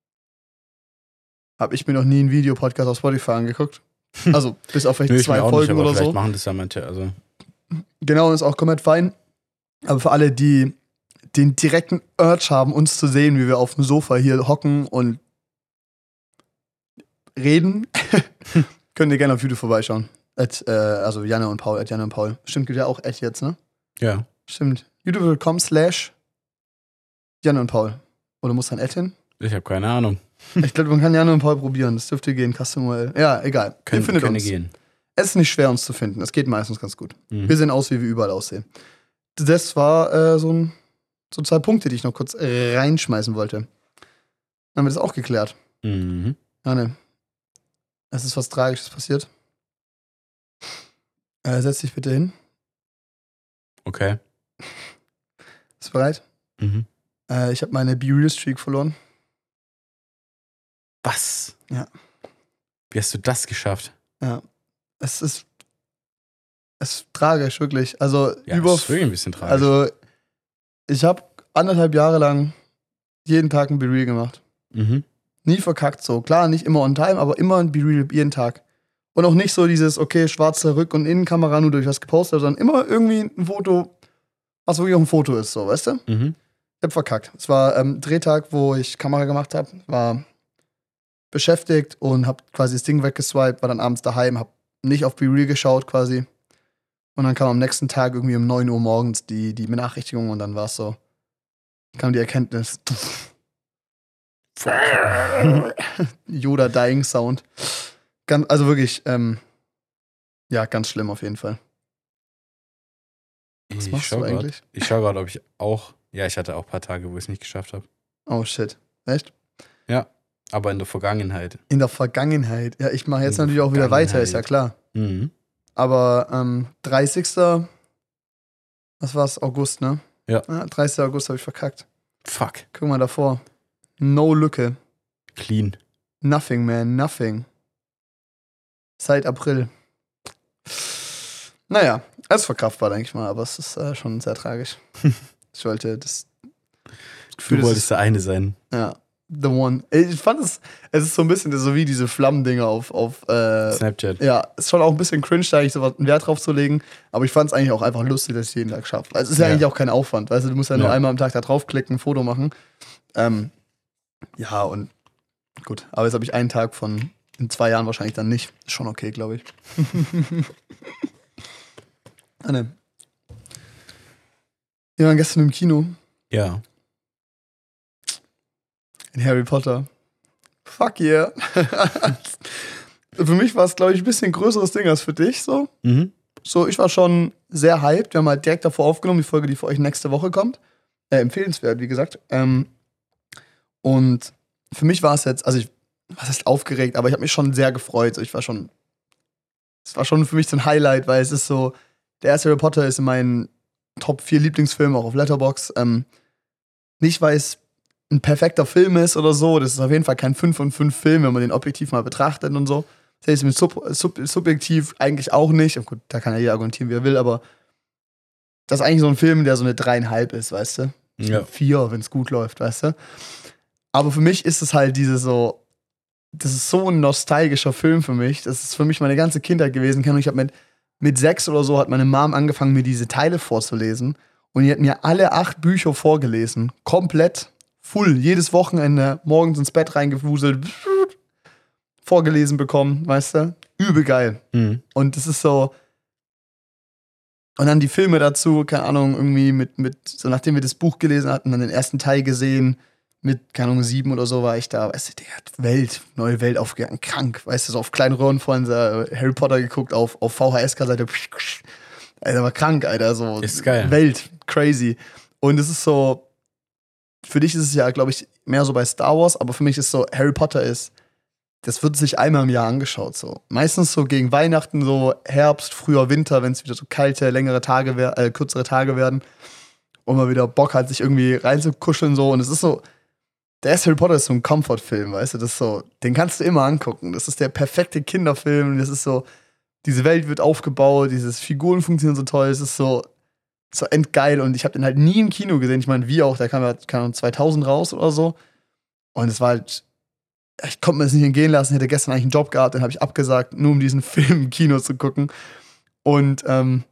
habe ich mir noch nie einen Videopodcast auf Spotify angeguckt. Also bis auf vielleicht Nö, ich zwei mir auch Folgen nicht, aber oder vielleicht so. machen das ja manche. Also. Genau, ist auch komplett fein. Aber für alle, die den direkten Urge haben, uns zu sehen, wie wir auf dem Sofa hier hocken und reden, könnt ihr gerne auf YouTube vorbeischauen. At, äh, also Janne und Paul, at Janne und Paul. Stimmt, gibt ja auch Ad jetzt, ne? Ja. Stimmt. youtube punkt com slash Janne und Paul. Oder muss dann Ad hin? Ich habe keine Ahnung. Ich glaube, man kann ja nur ein paar probieren. Das dürfte gehen, Custom U R L. Ja, egal. Können, Ihr findet können uns. gehen. Es ist nicht schwer, uns zu finden. Es geht meistens ganz gut. Mhm. Wir sehen aus, wie wir überall aussehen. Das war äh, so, ein, so zwei Punkte, die ich noch kurz äh, reinschmeißen wollte. Dann haben wir das auch geklärt. Mhm. Anne, es ist was Tragisches passiert. Äh, setz dich bitte hin. Okay. Bist du bereit? Mhm. Äh, ich habe meine Be-Real-Streak verloren. Was? Ja. Wie hast du das geschafft? Ja. Es ist, es ist tragisch, wirklich. Also, Ja, über. das ist wirklich ein bisschen tragisch. Also, ich habe anderthalb Jahre lang jeden Tag ein Be-Real gemacht. Mhm. Nie verkackt so. Klar, nicht immer on time, aber immer ein Be-Real jeden Tag. Und auch nicht so dieses, okay, schwarze Rück- und Innenkamera, nur durch was gepostet, sondern immer irgendwie ein Foto, was wirklich auch ein Foto ist, so, weißt du? Mhm. Ich hab verkackt. Es war ähm, Drehtag, wo ich Kamera gemacht habe, war beschäftigt und hab quasi das Ding weggeswiped, war dann abends daheim, hab nicht auf Be-Real geschaut quasi. Und dann kam am nächsten Tag irgendwie um neun Uhr morgens die, die Benachrichtigung und dann war es so, kam die Erkenntnis. Yoda Dying Sound. Ganz, also wirklich, ähm, ja, ganz schlimm auf jeden Fall. Was Ich machst schau du grad- eigentlich? Ich schaue gerade, ob ich auch. Ja, ich hatte auch ein paar Tage, wo ich es nicht geschafft habe. Oh shit. Echt? Aber in der Vergangenheit. In der Vergangenheit. Ja, ich mache jetzt In der natürlich auch wieder weiter, ist ja Vergangenheit. klar. Mhm. Aber ähm, dreißigster Was war's? August, ne? Ja. ja dreißigster August habe ich verkackt. Fuck. Guck mal davor. No Lücke. Clean. Nothing, man. Nothing. Seit April. Naja, es ist verkraftbar, denke ich mal, aber es ist äh, schon sehr tragisch. Ich wollte das Gefühl, Du das wolltest ist, der eine sein. ja, the one. Ich fand es, es ist so ein bisschen so wie diese Flammendinger auf, auf äh, Snapchat. ja, ist schon auch ein bisschen cringe, da eigentlich so was einen Wert drauf zu legen, aber ich fand es eigentlich auch einfach lustig, dass ich jeden Tag schaffe. Also es ist ja, Ja. eigentlich auch kein Aufwand, weißt du, du musst ja nur Ja. einmal am Tag da draufklicken, ein Foto machen. Ähm, ja, und gut, aber jetzt habe ich einen Tag von in zwei Jahren wahrscheinlich dann nicht. Ist schon okay, glaube ich. Anne. Wir waren gestern im Kino Ja. in Harry Potter. Fuck yeah. Für mich war es, glaube ich, ein bisschen ein größeres Ding als für dich, so. Mhm. So, ich war schon sehr hyped. Wir haben halt direkt davor aufgenommen, die Folge, die für euch nächste Woche kommt. Äh, empfehlenswert, wie gesagt. Ähm, und für mich war es jetzt, also ich, was heißt aufgeregt, aber ich habe mich schon sehr gefreut. So, ich war schon, es war schon für mich so ein Highlight, weil es ist so, der erste Harry Potter ist in meinen Top vier Lieblingsfilmen, auch auf Letterboxd. Ähm, nicht, weil es ein perfekter Film ist oder so, das ist auf jeden Fall kein fünf von fünf Film, wenn man den objektiv mal betrachtet und so. Das heißt, mit sub, sub, subjektiv eigentlich auch nicht. Und gut, da kann ja jeder argumentieren, wie er will, aber das ist eigentlich so ein Film, der so eine dreieinhalb ist, weißt du? Ja. Eine vier, wenn es gut läuft, weißt du? Aber für mich ist es halt diese so, das ist so ein nostalgischer Film für mich. Das ist für mich meine ganze Kindheit gewesen. Ich habe mit, mit sechs oder so hat meine Mom angefangen, mir diese Teile vorzulesen. Und die hat mir alle acht Bücher vorgelesen. Komplett. Full. Jedes Wochenende morgens ins Bett reingewuselt. Vorgelesen bekommen, weißt du? Übel geil. Mhm. Und das ist so. Und dann die Filme dazu, keine Ahnung, irgendwie mit, mit, so nachdem wir das Buch gelesen hatten, dann den ersten Teil gesehen, mit, keine Ahnung, sieben oder so war ich da, weißt du, der hat Welt, neue Welt aufgegangen, krank, weißt du, so auf kleinen Röhren vorhin so Harry Potter geguckt, auf, auf V H S-Kassette, Alter, war krank, Alter, so. Ist geil. Welt, crazy. Und es ist so, für dich ist es ja, glaube ich, mehr so bei Star Wars, aber für mich ist so, Harry Potter ist, das wird sich einmal im Jahr angeschaut, so. Meistens so gegen Weihnachten, so Herbst, früher Winter, wenn es wieder so kalte, längere Tage, wer- äh, kürzere Tage werden und man wieder Bock hat, sich irgendwie reinzukuscheln, so. Und es ist so, der erste Harry Potter ist so ein Comfort-Film, weißt du, das ist so, den kannst du immer angucken. Das ist der perfekte Kinderfilm, das ist so, diese Welt wird aufgebaut, diese Figuren funktionieren so toll, es ist so, so endgeil und ich habe den halt nie im Kino gesehen. Ich meine, wie auch, da kam ja keine Ahnung, zweitausend raus oder so. Und es war halt, ich konnte mir das nicht entgehen lassen, ich hätte gestern eigentlich einen Job gehabt, den habe ich abgesagt, nur um diesen Film im Kino zu gucken. Und ähm,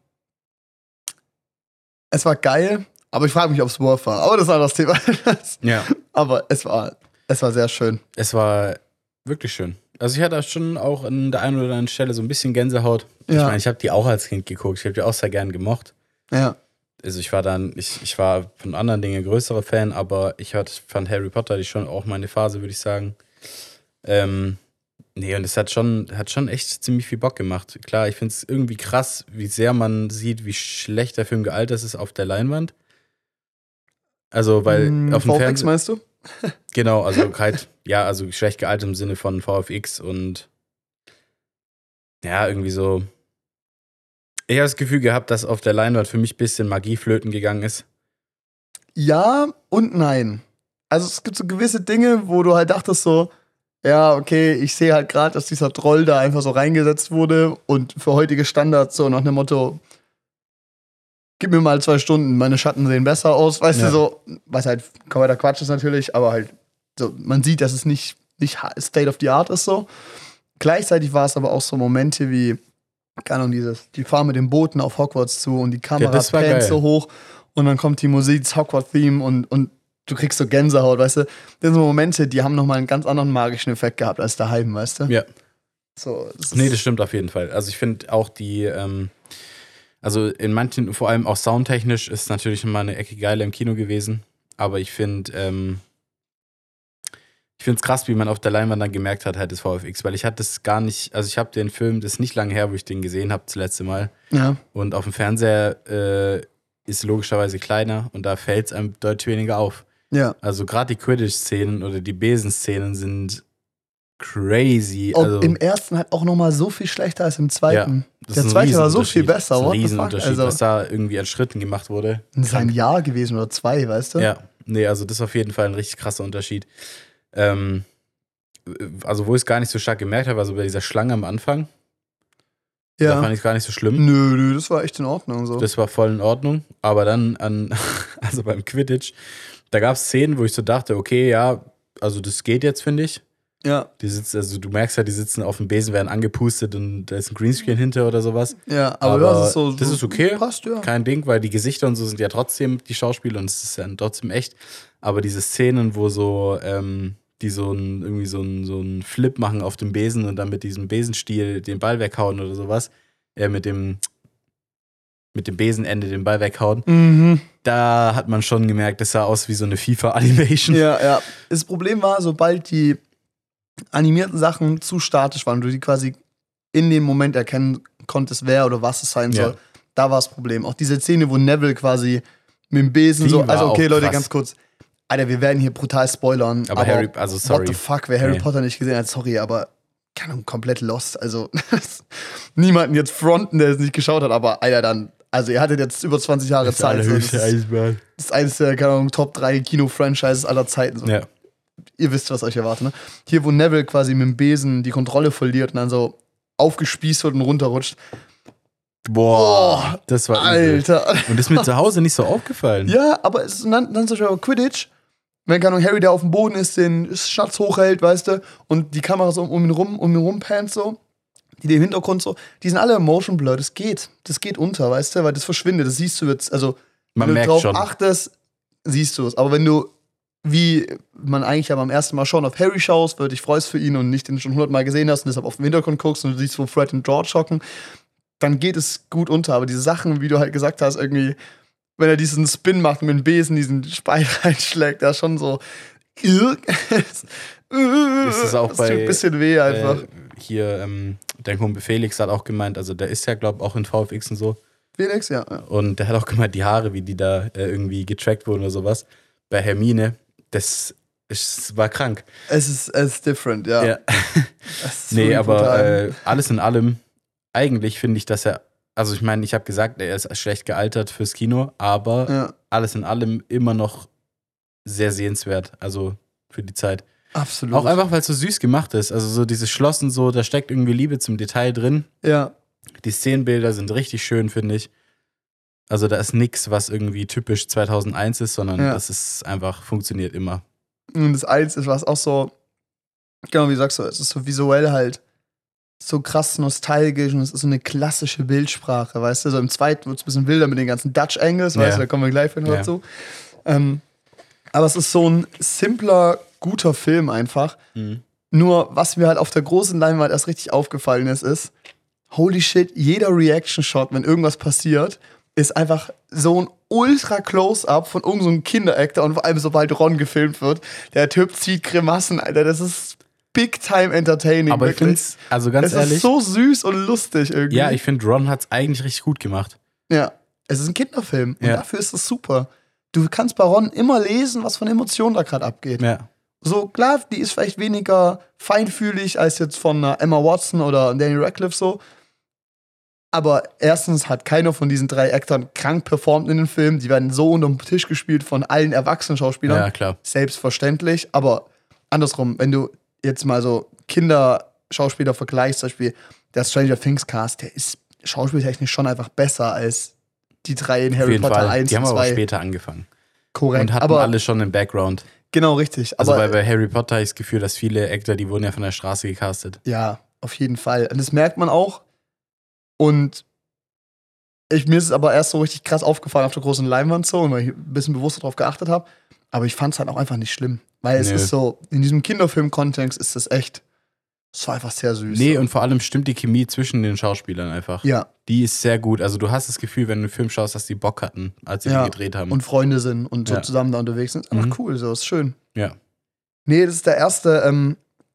es war geil, aber ich frage mich, ob es worth war. Aber das war das Thema. Ja. Aber es war, es war sehr schön. Es war wirklich schön. Also ich hatte schon auch an der einen oder anderen Stelle so ein bisschen Gänsehaut. Ich Ja. meine, ich habe die auch als Kind geguckt. Ich habe die auch sehr gern gemocht. Ja. Also ich war dann, ich, ich war von anderen Dingen größerer Fan, aber ich hat, fand Harry Potter die schon auch meine Phase, würde ich sagen. Ähm, nee, und es hat schon, hat schon echt ziemlich viel Bock gemacht. Klar, ich finde es irgendwie krass, wie sehr man sieht, wie schlecht der Film gealtert ist auf der Leinwand. Also, weil Mm, auf dem V F X Fernsehen. meinst du? Genau, also halt, ja, also schlecht gealtert im Sinne von V F X und ja, irgendwie so. Ich habe das Gefühl gehabt, dass auf der Leinwand für mich ein bisschen Magie flöten gegangen ist. Ja und nein. Also es gibt so gewisse Dinge, wo du halt dachtest so, ja, okay, ich sehe halt gerade, dass dieser Troll da einfach so reingesetzt wurde und für heutige Standards so nach dem Motto, gib mir mal zwei Stunden, meine Schatten sehen besser aus, weißt Ja. du, so, was halt kompletter Quatsch ist natürlich, aber halt, so, man sieht, dass es nicht, nicht State of the Art ist so. Gleichzeitig war es aber auch so Momente wie, keine Ahnung, dieses, die fahren mit den Booten auf Hogwarts zu und die Kamera Ja, das war pannt geil. so hoch und dann kommt die Musik, das Hogwarts-Theme und, und du kriegst so Gänsehaut, weißt du. Das sind so Momente, die haben nochmal einen ganz anderen magischen Effekt gehabt als daheim, weißt du. Ja. So, das Nee, ist- das stimmt auf jeden Fall. Also ich finde auch die, ähm, also in manchen, vor allem auch soundtechnisch, ist natürlich immer eine Ecke geiler im Kino gewesen. Aber ich finde, ähm, ich finde es krass, wie man auf der Leinwand dann gemerkt hat, halt das V F X, weil ich hatte das gar nicht, also ich habe den Film, das ist nicht lange her, wo ich den gesehen habe, das letzte Mal. Ja. Und auf dem Fernseher äh, ist logischerweise kleiner und da fällt es einem deutlich weniger auf. Ja. Also gerade die Quidditch-Szenen oder die Besenszenen sind crazy. Und Also, im ersten halt auch nochmal so viel schlechter als im zweiten. das Der ist ein zweite war so viel Riesenunterschied. besser, Das ist what ein the fuck? Riesenunterschied, Also- was da irgendwie an Schritten gemacht wurde. Das ist ein Jahr gewesen oder zwei, weißt du? Ja, nee, also das ist auf jeden Fall ein richtig krasser Unterschied. Ähm, also wo ich es gar nicht so stark gemerkt habe, also bei dieser Schlange am Anfang, da fand ich es gar nicht so schlimm. Nö, nö, das war echt in Ordnung so. Das war voll in Ordnung. Aber dann an, also beim Quidditch, da gab es Szenen, wo ich so dachte, okay, ja, also das geht jetzt, finde ich. Ja, Die sitzen, also du merkst ja, die sitzen auf dem Besen, werden angepustet und da ist ein Greenscreen hinter oder sowas. ja, aber, Aber das ist so. das so, ist okay. Passt, ja. Kein Ding, weil die Gesichter und so sind ja trotzdem die Schauspieler und es ist ja trotzdem echt. Aber diese Szenen, wo so, ähm, die so ein, irgendwie so ein, so ein Flip machen auf dem Besen und dann mit diesem Besenstiel den Ball weghauen oder sowas, äh, mit dem, mit dem Besenende den Ball weghauen, Mhm. da hat man schon gemerkt, das sah aus wie so eine FIFA-Animation. Ja, ja. Das Problem war, sobald die animierten Sachen zu statisch waren, du die quasi in dem Moment erkennen konntest, wer oder was es sein Ja. soll, da war das Problem. Auch diese Szene, wo Neville quasi mit dem Besen Die so, war also okay, auch Leute, krass. ganz kurz. Alter, wir werden hier brutal spoilern. Aber Harry- also sorry. What the fuck, wer Harry Nee. Potter nicht gesehen hat, sorry, aber keine Ahnung, komplett lost. Also niemanden jetzt fronten, der es nicht geschaut hat, aber Alter, dann, also ihr hattet jetzt über zwanzig Jahre Das ist Zeit. So, das, allerhöchste ist, Eisbahn. das ist eines der, keine Ahnung, Top drei Kino-Franchises aller Zeiten. So. Ja. Ihr wisst, was euch erwartet, ne? Hier, wo Neville quasi mit dem Besen die Kontrolle verliert und dann so aufgespießt wird und runterrutscht. Boah, das war übel. Alter. Und ist mir zu Hause nicht so aufgefallen. Ja, aber es ist dann, dann zum Beispiel auch Quidditch. Wenn, keine Ahnung, Harry, der auf dem Boden ist, den Schatz hochhält, weißt du, und die Kamera so um ihn rum, um ihn rum pannt so, die den Hintergrund so, die sind alle Motion Blur, das geht. Das geht unter, weißt du, weil das verschwindet, das siehst du jetzt, also Man wenn merkt du drauf schon. achtest, siehst du es. Aber wenn du, wie man eigentlich ja beim ersten Mal schon auf Harry schaust, weil du dich freust für ihn und nicht den schon hundertmal gesehen hast und deshalb auf den Hintergrund guckst und du siehst, wo Fred und George hocken, dann geht es gut unter. Aber diese Sachen, wie du halt gesagt hast, irgendwie, wenn er diesen Spin macht mit dem Besen, diesen Spalt reinschlägt, da schon so. Ist das auch das bei, tut ein bisschen weh einfach. Äh, hier, ähm, der Kumpel Felix hat auch gemeint, also der ist ja, glaube ich, auch in V F X und so. Felix, ja. ja. Und der hat auch gemeint, die Haare, wie die da äh, irgendwie getrackt wurden oder sowas. Bei Hermine, das, das war krank. Es ist, es ist different, ja. Ja. Es ist Nee, wirklich aber brutal. äh, alles in allem, eigentlich finde ich, dass er, also ich meine, ich habe gesagt, er ist schlecht gealtert fürs Kino, aber ja, alles in allem immer noch sehr sehenswert, also für die Zeit. absolut. Auch einfach, weil es so süß gemacht ist. Also so dieses Schloss und so, da steckt irgendwie Liebe zum Detail drin. Ja, Die Szenenbilder sind richtig schön, finde ich. Also da ist nichts, was irgendwie typisch zweitausendeins ist, sondern Ja. das ist einfach, funktioniert immer. und das eins ist was auch so, genau wie du sagst, so, es ist so visuell halt so krass nostalgisch und es ist so eine klassische Bildsprache, weißt du? So im zweiten wird es ein bisschen wilder mit den ganzen Dutch Angles, weißt Ja. du, da kommen wir gleich noch Ja. dazu. Ähm, aber es ist so ein simpler, guter Film einfach. Mhm. Nur, was mir halt auf der großen Leinwand erst richtig aufgefallen ist, ist, holy shit, jeder Reaction-Shot, wenn irgendwas passiert, ist einfach so ein Ultra-Close-Up von irgendeinem so Kinderactor und vor allem, sobald Ron gefilmt wird, der Typ zieht Grimassen, Alter, das ist big time entertaining. Aber wirklich. ich finde also ganz es ehrlich. Es ist so süß und lustig irgendwie. Ja, ich finde, Ron hat es eigentlich richtig gut gemacht. Ja, es ist ein Kinderfilm und ja. dafür ist es super. Du kannst bei Ron immer lesen, was von Emotionen da gerade abgeht. Ja. So, klar, die ist vielleicht weniger feinfühlig als jetzt von uh, Emma Watson oder Daniel Radcliffe so. Aber erstens hat keiner von diesen drei Actern krank performt in den Film. Die werden so unterm Tisch gespielt von allen erwachsenen Schauspielern. Ja, klar. Selbstverständlich. Aber andersrum, wenn du jetzt mal so Kinderschauspieler vergleichst, zum Beispiel der Stranger Things Cast, der ist schauspieltechnisch schon einfach besser als die drei in Harry Potter Fall. eins die haben und zwei. aber später angefangen. Korrekt. Und hatten aber alle schon einen Background. Genau, richtig. Also aber, weil bei Harry Potter habe ich das Gefühl, dass viele Actor, die wurden ja von der Straße gecastet. Ja, auf jeden Fall. Und das merkt man auch. Und ich, mir ist es aber erst so richtig krass aufgefallen auf der großen Leinwand so, und weil ich ein bisschen bewusster darauf geachtet habe. Aber ich fand es halt auch einfach nicht schlimm. Weil es Nö. ist so, in diesem Kinderfilm-Kontext ist das echt, es war einfach sehr süß. Nee, und vor allem stimmt die Chemie zwischen den Schauspielern einfach. Ja. Die ist sehr gut. Also du hast das Gefühl, wenn du einen Film schaust, dass die Bock hatten, als sie ja. den gedreht haben. Und Freunde sind und so Ja. zusammen da unterwegs sind. Einfach Mhm. cool, so, ist schön. Ja. Nee, das ist der erste, ähm,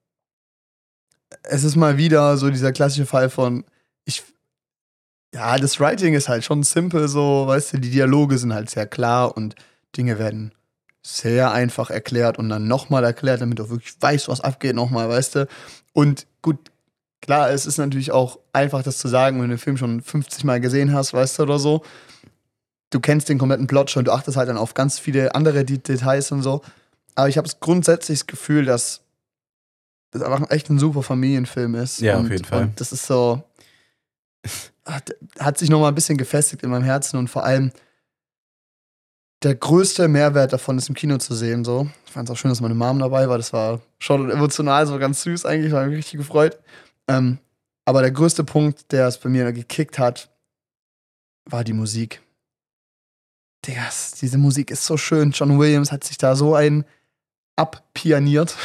es ist mal wieder so dieser klassische Fall von, ich, ja, das Writing ist halt schon simpel so, weißt du, die Dialoge sind halt sehr klar und Dinge werden sehr einfach erklärt und dann nochmal erklärt, damit du wirklich weißt, was abgeht nochmal, weißt du. Und gut, klar, es ist natürlich auch einfach, das zu sagen, wenn du den Film schon fünfzig Mal gesehen hast, weißt du, oder so. Du kennst den kompletten Plot schon, du achtest halt dann auf ganz viele andere De- Details und so. Aber ich habe grundsätzlich das Gefühl, dass das einfach echt ein super Familienfilm ist. Ja, und, auf jeden Fall. Und das ist so, hat, hat sich nochmal ein bisschen gefestigt in meinem Herzen und vor allem der größte Mehrwert davon ist im Kino zu sehen. So. Ich fand es auch schön, dass meine Mom dabei war. Das war schon emotional, so ganz süß eigentlich, war mich richtig gefreut. Ähm, aber der größte Punkt, der es bei mir gekickt hat, war die Musik. Digga, diese Musik ist so schön. John Williams hat sich da so ein abpianiert.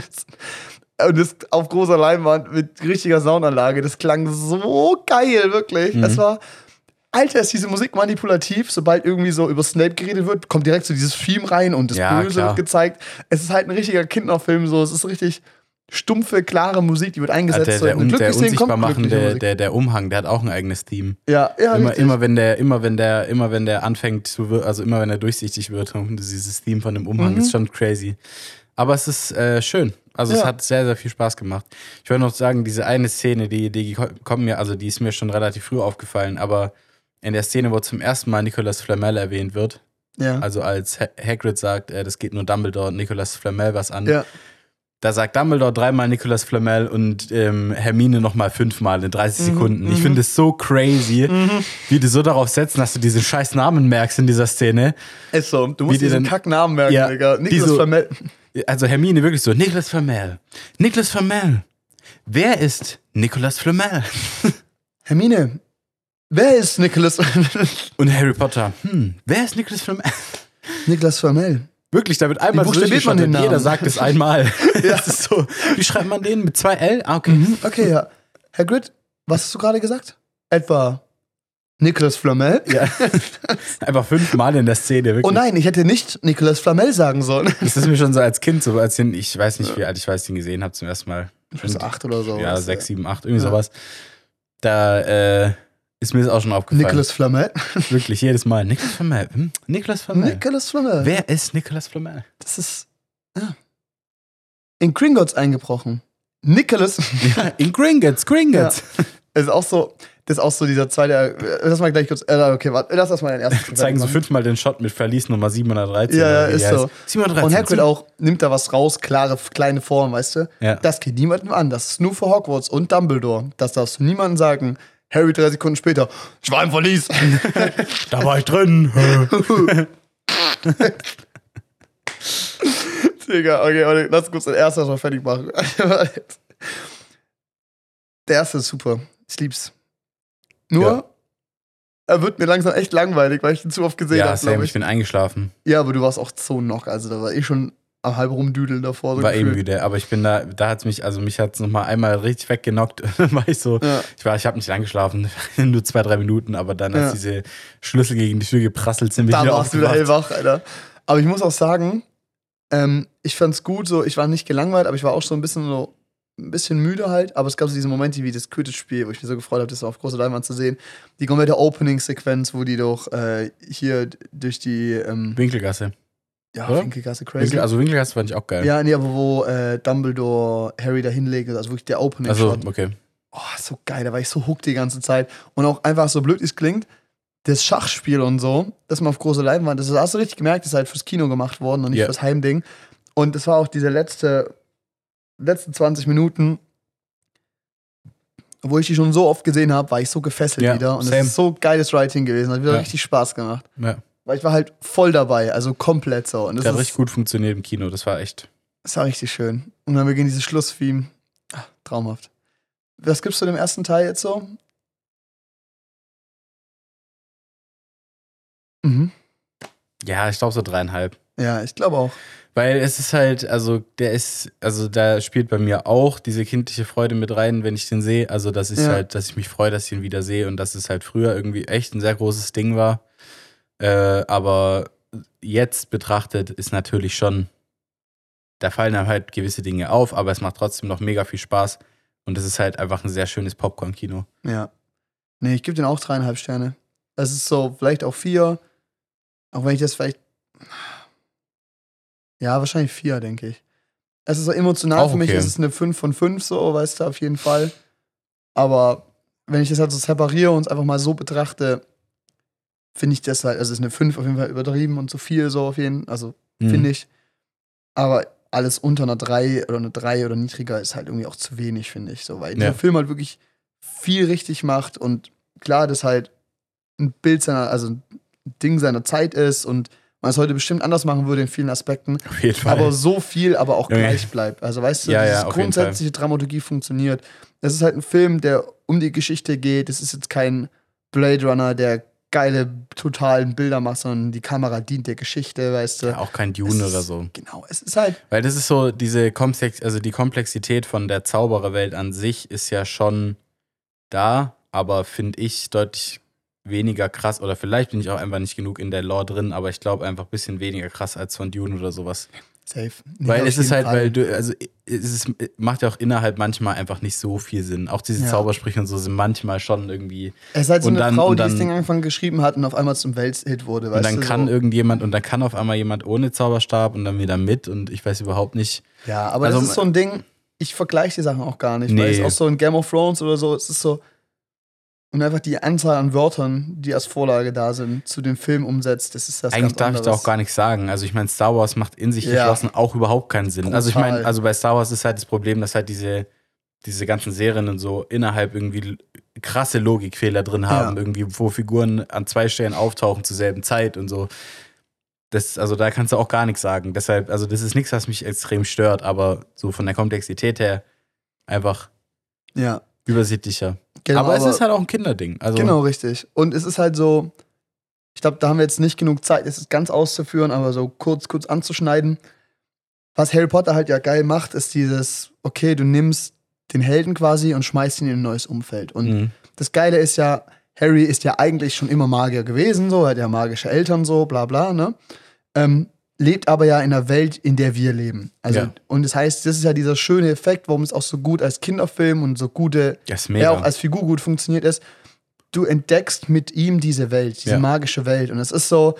Und das auf großer Leinwand mit richtiger Soundanlage. Das klang so geil, wirklich. Mhm. Das war, Alter, ist diese Musik manipulativ. Sobald irgendwie so über Snape geredet wird, kommt direkt so dieses Theme rein und das Ja, Böse klar. wird gezeigt. Es ist halt ein richtiger Kinderfilm. So. Es ist richtig stumpfe, klare Musik, die wird eingesetzt. der, so der, in eine der glückliche Szene kommt unsichtbar machende, glückliche der, Musik. der, der Umhang, der hat auch ein eigenes Theme. Ja, ja, Immer, richtig. immer wenn der, immer wenn der, immer wenn der anfängt zu wir- also immer wenn er durchsichtig wird, und dieses Theme von dem Umhang Mhm. ist schon crazy. Aber es ist äh, schön. Also es Ja. hat sehr, sehr viel Spaß gemacht. Ich wollte noch sagen, diese eine Szene, die, die kommt mir, also die ist mir schon relativ früh aufgefallen, aber in der Szene, wo zum ersten Mal Nicolas Flamel erwähnt wird, Ja. also als Ha- Hagrid sagt, äh, das geht nur Dumbledore und Nicolas Flamel was an, Ja. da sagt Dumbledore dreimal Nicolas Flamel und ähm, Hermine nochmal fünfmal in dreißig Mhm, Sekunden. Ich mhm. finde es so crazy, Mhm. wie die so darauf setzen, dass du diesen scheiß Namen merkst in dieser Szene. Ist so. Du Wie musst die diesen denn- Kacknamen merken, Ja, Digga. die Nicolas so- Flamel. Also Hermine wirklich so, Nicolas Flamel, Nicolas Flamel. Wer ist Nicolas Flamel? Hermine, wer ist Nicolas Und Harry Potter, hm, wer ist Nicolas Flamel? Nicolas Flamel? Wirklich, da wird einmal Wie buchstabiert man durchgeschottet, den Namen? jeder sagt es einmal. Ja. Das ist so, wie schreibt man den? Mit zwei L? Ah, okay. Mhm, okay, ja. Hagrid, was hast du gerade gesagt? Etwa Nicolas Flamel? Ja. Einfach fünfmal in der Szene, wirklich. Oh nein, ich hätte nicht Nicolas Flamel sagen sollen. Das ist mir schon so als Kind, so als ich, ich weiß nicht, wie alt ich weiß, den gesehen habe zum ersten Mal. So acht oder so. Ja, was, sechs, sieben, acht, irgendwie Ja. sowas. Da äh, ist mir das auch schon aufgefallen. Nicolas Flamel? Wirklich, jedes Mal. Nicolas Flamel. Hm? Nicolas Flamel. Nicolas Flamel. Wer ist Nicolas Flamel? Das ist, ja. In Gringotts eingebrochen. Nicolas. Ja, in Gringotts, Gringotts. Ist auch so, das ist auch so dieser zweite, äh, lass mal gleich kurz, äh, okay, warte, lass das mal den ersten. Zeigen so fünfmal den Shot mit Verlies Nummer siebenhundertdreizehn. Ja, ja, oder wie die ist so. heißt. siebenhundertdreizehn. Und Hagrid auch nimmt da was raus, klare, kleine Form, weißt du? Ja. Das geht niemandem an. Das ist nur für Hogwarts und Dumbledore. Das darfst du niemandem sagen. Harry drei Sekunden später, ich war im Verlies. Da war ich drin. Digga, okay, warte, lass kurz den ersten mal fertig machen. Der erste ist super. Ich lieb's. Nur, Ja. er wird mir langsam echt langweilig, weil ich ihn zu oft gesehen Ja, habe, Sam, glaube ich ich. bin eingeschlafen. Ja, aber du warst auch so knock, also da war ich schon am halb rumdüdeln davor. So War eben gefühlt. müde, aber ich bin da, da hat's mich, also mich hat's nochmal einmal richtig weggenockt. Dann war ich so, Ja. ich war, ich habe nicht angeschlafen, nur zwei, drei Minuten, aber dann, als Ja. diese Schlüssel gegen die Tür geprasselt sind, bin ich Da wieder warst du wieder aufgewacht. hellwach, Alter. Aber ich muss auch sagen, ähm, ich fand's gut, so, ich war nicht gelangweilt, aber ich war auch so ein bisschen so ein bisschen müde halt, aber es gab so diese Momente wie das Quidditch-Spiel, wo ich mich so gefreut habe, das auf großer Leinwand zu sehen. Die komplette Opening-Sequenz, wo die doch äh, hier durch die ähm, Winkelgasse. Ja, oder? Winkelgasse, crazy. Winkel, also Winkelgasse fand ich auch geil. Ja, nee, aber wo äh, Dumbledore Harry da hinlegt, also wirklich der Opening-Shot. Also, okay. Oh, so geil, da war ich so hooked die ganze Zeit. Und auch einfach so blöd es klingt, das Schachspiel und so, das mal auf große Leinwand, das hast du richtig gemerkt, das ist halt fürs Kino gemacht worden und nicht Ja. fürs Heimding. Und das war auch diese letzte, letzten zwanzig Minuten, wo ich die schon so oft gesehen habe, war ich so gefesselt Ja, wieder. Und same. es ist so geiles Writing gewesen, hat wieder Ja. richtig Spaß gemacht. Ja. Weil ich war halt voll dabei, also komplett so. Und das Der hat ist, richtig gut funktioniert im Kino, das war echt. das war richtig schön. Und dann beginnt dieses Schlusstheme. Ah, traumhaft. Was gibst du dem ersten Teil jetzt so? Mhm. Ja, ich glaube so dreieinhalb. Ja, ich glaube auch. Weil es ist halt, also der ist, also da spielt bei mir auch diese kindliche Freude mit rein, wenn ich den sehe. Also das ist Ja. halt, dass ich mich freue, dass ich ihn wieder sehe und dass es halt früher irgendwie echt ein sehr großes Ding war. Äh, aber jetzt betrachtet ist natürlich schon, da fallen dann halt gewisse Dinge auf, aber es macht trotzdem noch mega viel Spaß. Und es ist halt einfach ein sehr schönes Popcorn-Kino. Ja. Nee, ich gebe den auch dreieinhalb Sterne. Es ist so, vielleicht auch vier. Auch wenn ich das vielleicht. Ja, wahrscheinlich vier, denke ich. Es ist so emotional Auch für mich, okay. ist es eine fünf von fünf, so, weißt du, auf jeden Fall. Aber wenn ich das halt so separiere und es einfach mal so betrachte, finde ich das halt, also es ist eine fünf auf jeden Fall übertrieben und zu viel, so auf jeden Fall, also Mhm. finde ich. Aber alles unter einer drei oder eine drei oder niedriger ist halt irgendwie auch zu wenig, finde ich, so, weil Ja. dieser Film halt wirklich viel richtig macht und klar, das halt ein Bild seiner, also ein Ding seiner Zeit ist und man es heute bestimmt anders machen würde in vielen Aspekten, Auf jeden Fall. aber so viel aber auch Okay. gleich bleibt. Also weißt du, Ja, ja, diese auf jeden grundsätzliche Dramaturgie funktioniert. Es ist halt ein Film, der um die Geschichte geht. Es ist jetzt kein Blade Runner, der geile, totalen Bilder macht, sondern die Kamera dient der Geschichte, weißt du. ja, auch kein Es Dune ist- oder so. Genau, es ist halt, Weil das ist so, diese Komplex, also die Komplexität von der Zaubererwelt an sich ist ja schon da, aber finde ich deutlich weniger krass. Oder vielleicht bin ich auch einfach nicht genug in der Lore drin, aber ich glaube einfach ein bisschen weniger krass als von Dune oder sowas. safe. Nee, weil auf es ist jeden halt, Fall. weil du, also es ist, macht ja auch innerhalb manchmal einfach nicht so viel Sinn. Auch diese Ja. Zaubersprüche und so sind manchmal schon irgendwie. Es ist halt so und eine dann- Frau, und die das dann- Ding angefangen geschrieben hat und auf einmal zum Welthit wurde, Und weißt dann du. kann so. irgendjemand, und dann kann auf einmal jemand ohne Zauberstab und dann wieder mit und ich weiß überhaupt nicht. Ja, aber Also- das ist so ein Ding, ich vergleiche die Sachen auch gar nicht, Nee. weil es auch so in Game of Thrones oder so, es ist so, und einfach die Anzahl an Wörtern, die als Vorlage da sind, zu dem Film umsetzt, das ist das Eigentlich ganz darf ich anderes. da auch gar nicht sagen. Also ich meine, Star Wars macht in sich Ja. geschlossen auch überhaupt keinen Sinn. Also ich meine, Brutal. also bei Star Wars ist halt das Problem, dass halt diese, diese ganzen Serien und so innerhalb irgendwie l- krasse Logikfehler drin haben, Ja. irgendwie, wo Figuren an zwei Stellen auftauchen zur selben Zeit und so. Das, also da kannst du auch gar nichts sagen. Deshalb, also das ist nichts, was mich extrem stört, aber so von der Komplexität her einfach Ja, übersichtlicher. genau. aber es ist halt auch ein Kinderding. Also, Genau, richtig. Und es ist halt so, ich glaube, da haben wir jetzt nicht genug Zeit, es ist ganz auszuführen, aber so kurz, kurz anzuschneiden. Was Harry Potter halt ja geil macht, ist dieses, okay, du nimmst den Helden quasi und schmeißt ihn in ein neues Umfeld. Und Mhm. das Geile ist ja, Harry ist ja eigentlich schon immer Magier gewesen, so, er hat ja magische Eltern, so, bla bla, ne? Ähm, lebt aber ja in einer Welt, in der wir leben. Also, Ja. und das heißt, das ist ja dieser schöne Effekt, warum es auch so gut als Kinderfilm und so gute, Das ist er mega. auch als Figur gut funktioniert ist. Du entdeckst mit ihm diese Welt, diese Ja. magische Welt. Und es ist so,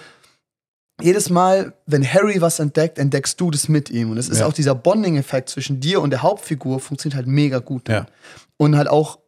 jedes Mal, wenn Harry was entdeckt, entdeckst du das mit ihm. Und es ist Ja. auch dieser Bonding-Effekt zwischen dir und der Hauptfigur funktioniert halt mega gut. Ja. Und halt auch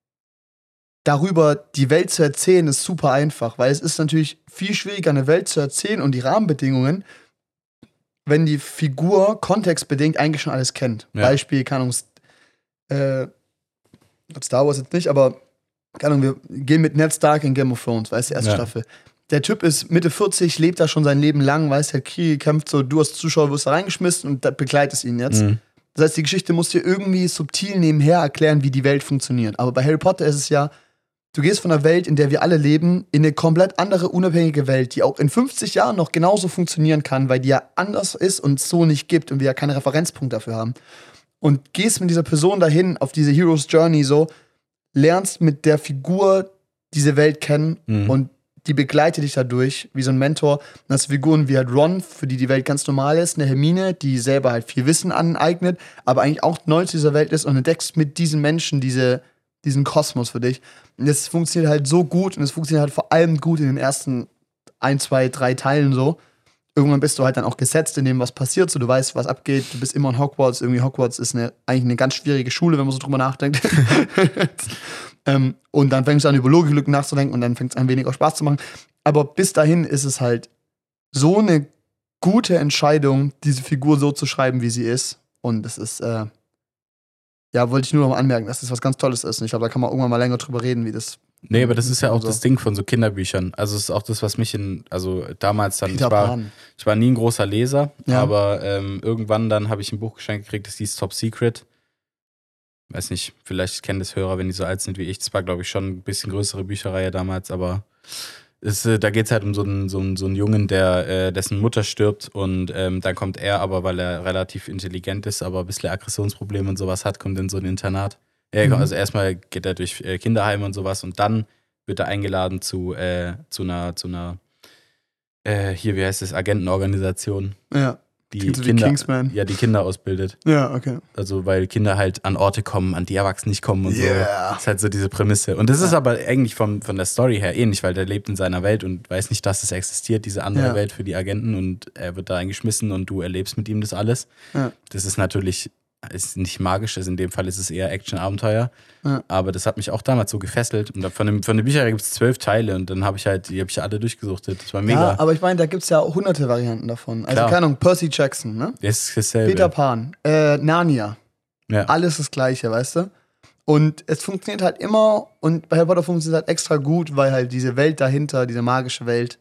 darüber die Welt zu erzählen, ist super einfach, weil es ist natürlich viel schwieriger, eine Welt zu erzählen und die Rahmenbedingungen, wenn die Figur kontextbedingt eigentlich schon alles kennt. Ja. Beispiel, keine Ahnung, äh, Star Wars jetzt nicht, aber keine Ahnung, wir gehen mit Ned Stark in Game of Thrones, weißt du, erste Ja. Staffel. Der Typ ist Mitte vierzig, lebt da schon sein Leben lang, weißt du, Kriege kämpft so, du als Zuschauer wirst da reingeschmissen und da begleitest ihn jetzt. Mhm. Das heißt, die Geschichte muss dir irgendwie subtil nebenher erklären, wie die Welt funktioniert. Aber bei Harry Potter ist es ja, du gehst von einer Welt, in der wir alle leben, in eine komplett andere, unabhängige Welt, die auch in fünfzig Jahren noch genauso funktionieren kann, weil die ja anders ist und es so nicht gibt und wir ja keinen Referenzpunkt dafür haben. Und gehst mit dieser Person dahin auf diese Hero's Journey so, lernst mit der Figur diese Welt kennen Mhm. und die begleitet dich dadurch, wie so ein Mentor. Und hast Figuren wie halt Ron, für die die Welt ganz normal ist, eine Hermine, die selber halt viel Wissen aneignet, aber eigentlich auch neu zu dieser Welt ist und entdeckst mit diesen Menschen diese, diesen Kosmos für dich. Und das funktioniert halt so gut und es funktioniert halt vor allem gut in den ersten ein, zwei, drei Teilen so. Irgendwann bist du halt dann auch gesetzt in dem, was passiert, so du weißt, was abgeht, du bist immer in Hogwarts, irgendwie Hogwarts ist eine, eigentlich eine ganz schwierige Schule, wenn man so drüber nachdenkt. ähm, und dann fängst du an, über Logiklücken nachzudenken und dann fängt es ein wenig auch Spaß zu machen. Aber bis dahin ist es halt so eine gute Entscheidung, diese Figur so zu schreiben, wie sie ist. Und das ist, äh, ja, wollte ich nur noch mal anmerken, dass das was ganz Tolles ist. Und ich glaube, da kann man irgendwann mal länger drüber reden, wie das. Nee, aber das ist ja auch so. das Ding von so Kinderbüchern. Also es ist auch das, was mich in, also damals dann, ich Peter war, Pan. ich war nie ein großer Leser, Ja. aber ähm, irgendwann dann habe ich ein Buch geschenkt gekriegt, das hieß Top Secret. Weiß nicht, vielleicht kennen das Hörer, wenn die so alt sind wie ich. Das war, glaube ich, schon ein bisschen größere Bücherreihe damals, aber es, äh, da geht es halt um so einen, so einen, so einen Jungen, der, äh, dessen Mutter stirbt und ähm, dann kommt er aber, weil er relativ intelligent ist, aber ein bisschen Aggressionsprobleme und sowas hat, kommt in so ein Internat. Ja, Mhm. also erstmal geht er durch äh, Kinderheime und sowas und dann wird er eingeladen zu, äh, zu einer, zu einer äh, hier, wie heißt es, Agentenorganisation, Ja. die Klingt so wie Kinder, Kingsman. ja, die Kinder ausbildet. Ja, okay. Also, weil Kinder halt an Orte kommen, an die Erwachsenen nicht kommen und Yeah. so. Das ist halt so diese Prämisse. Und das ist aber eigentlich vom, von der Story her ähnlich, weil der lebt in seiner Welt und weiß nicht, dass es existiert, diese andere Ja. Welt für die Agenten und er wird da eingeschmissen und du erlebst mit ihm das alles. Ja. Das ist natürlich ist nicht magisch, also in dem Fall ist es eher Action-Abenteuer. Ja. Aber das hat mich auch damals so gefesselt. Und von dem, von der Bücherei gibt es zwölf Teile und dann habe ich halt, die habe ich alle durchgesuchtet. Das war mega. Ja, aber ich meine, da gibt es ja hunderte Varianten davon. Also, Klar. keine Ahnung, Percy Jackson, ne? Das ist dasselbe. Peter Pan, äh, Narnia. Ja. Alles das Gleiche, weißt du? Und es funktioniert halt immer, und bei Harry Potter funktioniert es halt extra gut, weil halt diese Welt dahinter, diese magische Welt,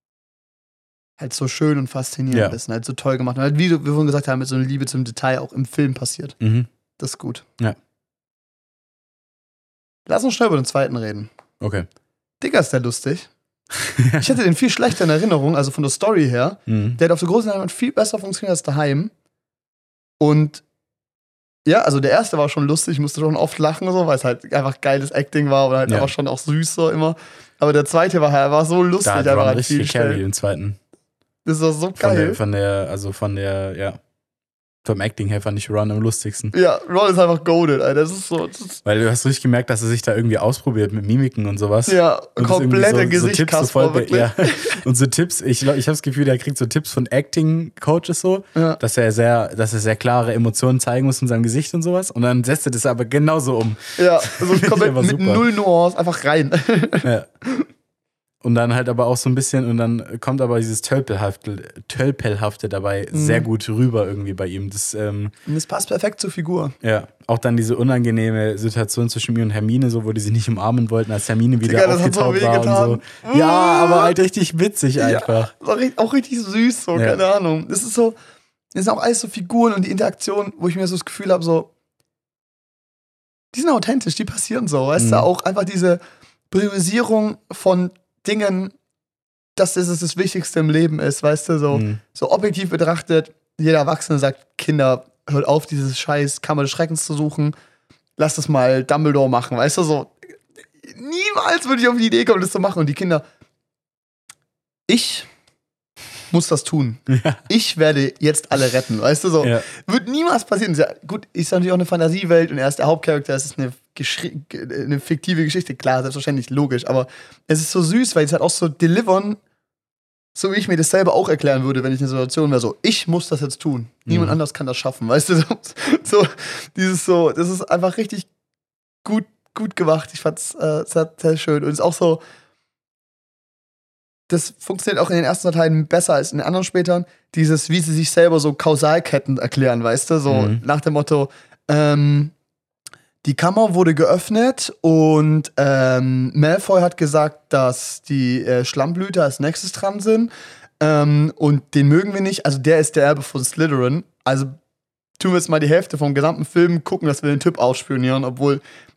halt so schön und faszinierend Ja. ist und halt so toll gemacht. Und halt, wie wir vorhin gesagt haben, mit so einer Liebe zum Detail auch im Film passiert. Mhm. Das ist gut. Ja. Lass uns schnell über den zweiten reden. Okay. Digga, ist der lustig. Ich hatte den viel schlechter in Erinnerung, also von der Story her. Mhm. Der hat auf der großen Leinwand viel besser funktioniert als daheim. Und ja, also der erste war schon lustig, ich musste schon oft lachen, so, weil es halt einfach geiles Acting war oder halt Ja. aber schon auch süß so immer. Aber der zweite war halt war so lustig, Da hat der war Ron halt richtig viel gecarried schnell. im zweiten. Das war so Von geil. der, von der, also von der, ja, vom Acting her fand ich Ron am lustigsten. Ja, Ron ist einfach goated, Alter. Das ist so. Das ist, Weil du hast richtig gemerkt, dass er sich da irgendwie ausprobiert mit Mimiken und sowas. ja, Und komplette irgendwie so, so Tipps so voll, Gesichtskasper, wirklich. ja. Und so Tipps, ich, glaub, ich habe das Gefühl, der kriegt so Tipps von Acting-Coaches so, Ja. dass er sehr, dass er sehr klare Emotionen zeigen muss in seinem Gesicht und sowas. Und dann setzt er das aber genauso um. Ja, so komplett aber mit super. null Nuance einfach rein. Ja. Und dann halt aber auch so ein bisschen, und dann kommt aber dieses Tölpelhafte, Tölpelhafte dabei Mhm. sehr gut rüber irgendwie bei ihm. Das, ähm, Und das passt perfekt zur Figur. ja, auch dann diese unangenehme Situation zwischen mir und Hermine, so, wo die sich nicht umarmen wollten, als Hermine wieder Digga, das hat so aufgetaucht war wehgetan. und so. Ja, aber halt richtig witzig einfach. Ja, auch richtig- auch richtig süß, so, Ja. keine Ahnung. Das ist so, das sind auch alles so Figuren und die Interaktion, wo ich mir so das Gefühl habe, so, die sind authentisch, die passieren so, weißt Mhm. du, auch einfach diese Priorisierung von Dingen, dass das das Wichtigste im Leben ist, weißt du, so, Mhm. so objektiv betrachtet, jeder Erwachsene sagt, Kinder, hört auf, dieses scheiß Kammer des Schreckens zu suchen, lass das mal Dumbledore machen, weißt du, so, niemals würde ich auf die Idee kommen, das zu machen und die Kinder, ich muss das tun. Ja. Ich werde jetzt alle retten, weißt du, so. Ja. Wird niemals passieren. Ist ja, gut, ist natürlich auch eine Fantasiewelt und er ist der Hauptcharakter, es ist eine, geschri- eine fiktive Geschichte, klar, selbstverständlich, logisch, aber es ist so süß, weil es halt auch so delivern, so wie ich mir das selber auch erklären würde, wenn ich in einer Situation wäre, so, ich muss das jetzt tun. Niemand Mhm. anders kann das schaffen, weißt du, so, so, dieses so, das ist einfach richtig gut, gut gemacht. Ich fand's äh, sehr, sehr schön und es ist auch so, das funktioniert auch in den ersten Teilen besser als in den anderen später. Dieses, wie sie sich selber so Kausalketten erklären, weißt du? So Mhm. nach dem Motto, ähm, die Kammer wurde geöffnet und ähm, Malfoy hat gesagt, dass die äh, Schlammblüter als nächstes dran sind. Ähm, und den mögen wir nicht. Also der ist der Erbe von Slytherin. Also tun wir jetzt mal die Hälfte vom gesamten Film gucken, dass wir den Typ ausspionieren, obwohl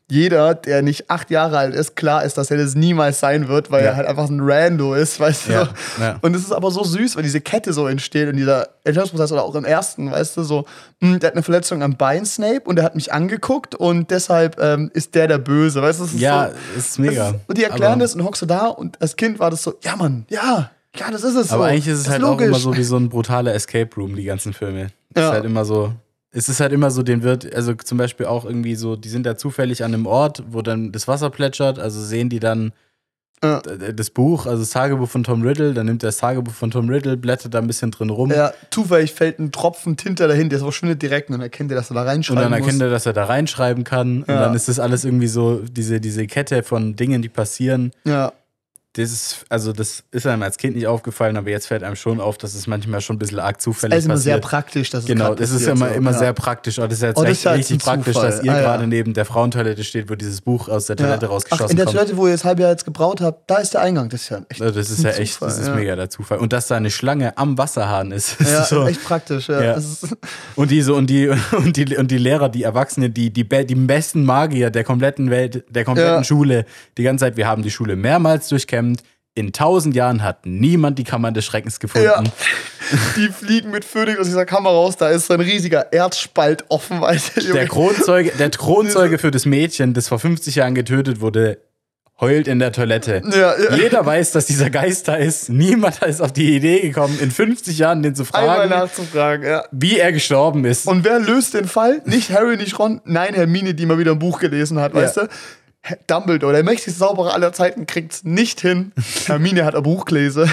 jeder, der nicht acht Jahre alt ist, klar ist, dass er das niemals sein wird, weil Ja. er halt einfach ein Rando ist, weißt du? Ja, so. ja. Und es ist aber so süß, weil diese Kette so entsteht in dieser Entscheidungsprozess oder auch im ersten, weißt du, so, mh, der hat eine Verletzung am Bein, Snape, und der hat mich angeguckt und deshalb ähm, ist der der Böse, weißt du? Das ist Ja, so, ist mega. das ist, und die erklären Aber- das und hockst du da und als Kind war das so, ja Mann, ja, ja, das ist es so. Aber eigentlich ist es Das halt logisch. auch immer so wie so ein brutaler Escape Room, die ganzen Filme. Es Ja. ist halt immer so. Es ist halt immer so, den wird, also zum Beispiel auch irgendwie so, die sind da zufällig an einem Ort, wo dann das Wasser plätschert, also sehen die dann Ja. d- das Buch, also das Tagebuch von Tom Riddle, dann nimmt er das Tagebuch von Tom Riddle, blättert da ein bisschen drin rum Ja, zufällig fällt ein Tropfen Tinte dahin, der verschwindet direkt und dann erkennt er, dass er da und reinschreiben dann muss. erkennt er, dass er da reinschreiben kann und Ja. dann ist das alles irgendwie so, diese, diese Kette von Dingen, die passieren. Ja, Das ist, also das ist einem als Kind nicht aufgefallen, aber jetzt fällt einem schon auf, dass es manchmal schon ein bisschen arg zufällig es ist immer passiert. sehr praktisch, dass es Genau, grad das ist passiert, immer, so. immer ja. sehr praktisch. Oh, das ist jetzt Oh, das echt ist halt richtig ein praktisch, Zufall. dass ihr Ah, ja. gerade neben der Frauentoilette steht, wo dieses Buch aus der Toilette Ja. rausgeschossen Ach, in der kommt. Toilette, wo ihr das halbe Jahr jetzt gebraut habt, da ist der Eingang. Das ist ja echt. Also das ist ein ja echt, Zufall, das ist ja. mega der Zufall. Und dass da eine Schlange am Wasserhahn ist. Das Ja, ist so. echt praktisch, ja. Ja. Das ist, Und die, so, und, die, und, die, und die Lehrer, die Erwachsenen, die, die, be- die besten Magier der kompletten Welt, der kompletten Ja. Schule, die ganze Zeit, wir haben die Schule mehrmals durchkämmt. In tausend Jahren hat niemand die Kammer des Schreckens gefunden. ja. Die fliegen mit Phoenix aus dieser Kammer raus, da ist so ein riesiger Erzspalt offen, weißt du? Der Kronzeuge, der Kronzeuge für das Mädchen, das vor fünfzig Jahren getötet wurde, heult in der Toilette. Ja, ja. Jeder weiß, dass dieser Geist da ist. Niemand ist auf die Idee gekommen, in fünfzig Jahren den zu Einmal fragen, nachzufragen, ja. wie er gestorben ist. Und wer löst den Fall? Nicht Harry, nicht Ron, nein, Hermine, die mal wieder ein Buch gelesen hat, Ja. weißt du? H- Dumbledore, der mächtigste Zauberer aller Zeiten, kriegt's nicht hin. Hermine hat ein Buch gelesen.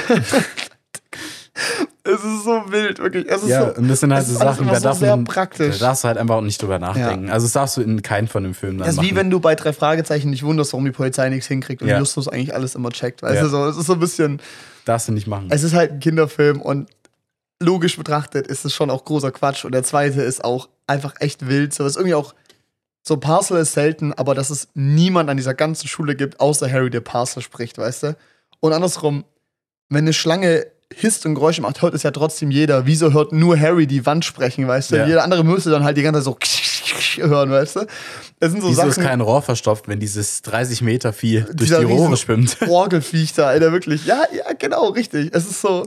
Es ist so wild, wirklich. Es ist Ja, so, und das sind halt es so ist alles Sachen, immer da so darf sehr man, praktisch. da darfst du halt einfach auch nicht drüber nachdenken. Also das darfst du in keinem von den Filmen dann Das ist machen. wie wenn du bei drei Fragezeichen nicht wunderst, warum die Polizei nichts hinkriegt und Ja. Justus eigentlich alles immer checkt. Weißt Ja. du, so, es ist so ein bisschen, darfst du nicht machen. es ist halt ein Kinderfilm und logisch betrachtet ist es schon auch großer Quatsch. Und der zweite ist auch einfach echt wild. So ist irgendwie auch, so Parcel ist selten, aber dass es niemand an dieser ganzen Schule gibt, außer Harry, der Parcel spricht, weißt du? Und andersrum, wenn eine Schlange hisst und Geräusche macht, hört es ja trotzdem jeder. Wieso hört nur Harry die Wand sprechen, weißt du? Ja. Jeder andere müsste dann halt die ganze Zeit so hören, weißt du? Das sind so Wieso Sachen. ist kein Rohr verstopft, wenn dieses dreißig Meter Vieh durch Dieser die Rohre riesen schwimmt? Orgelviech da, Alter, wirklich. Ja, ja, genau, richtig. Es ist so.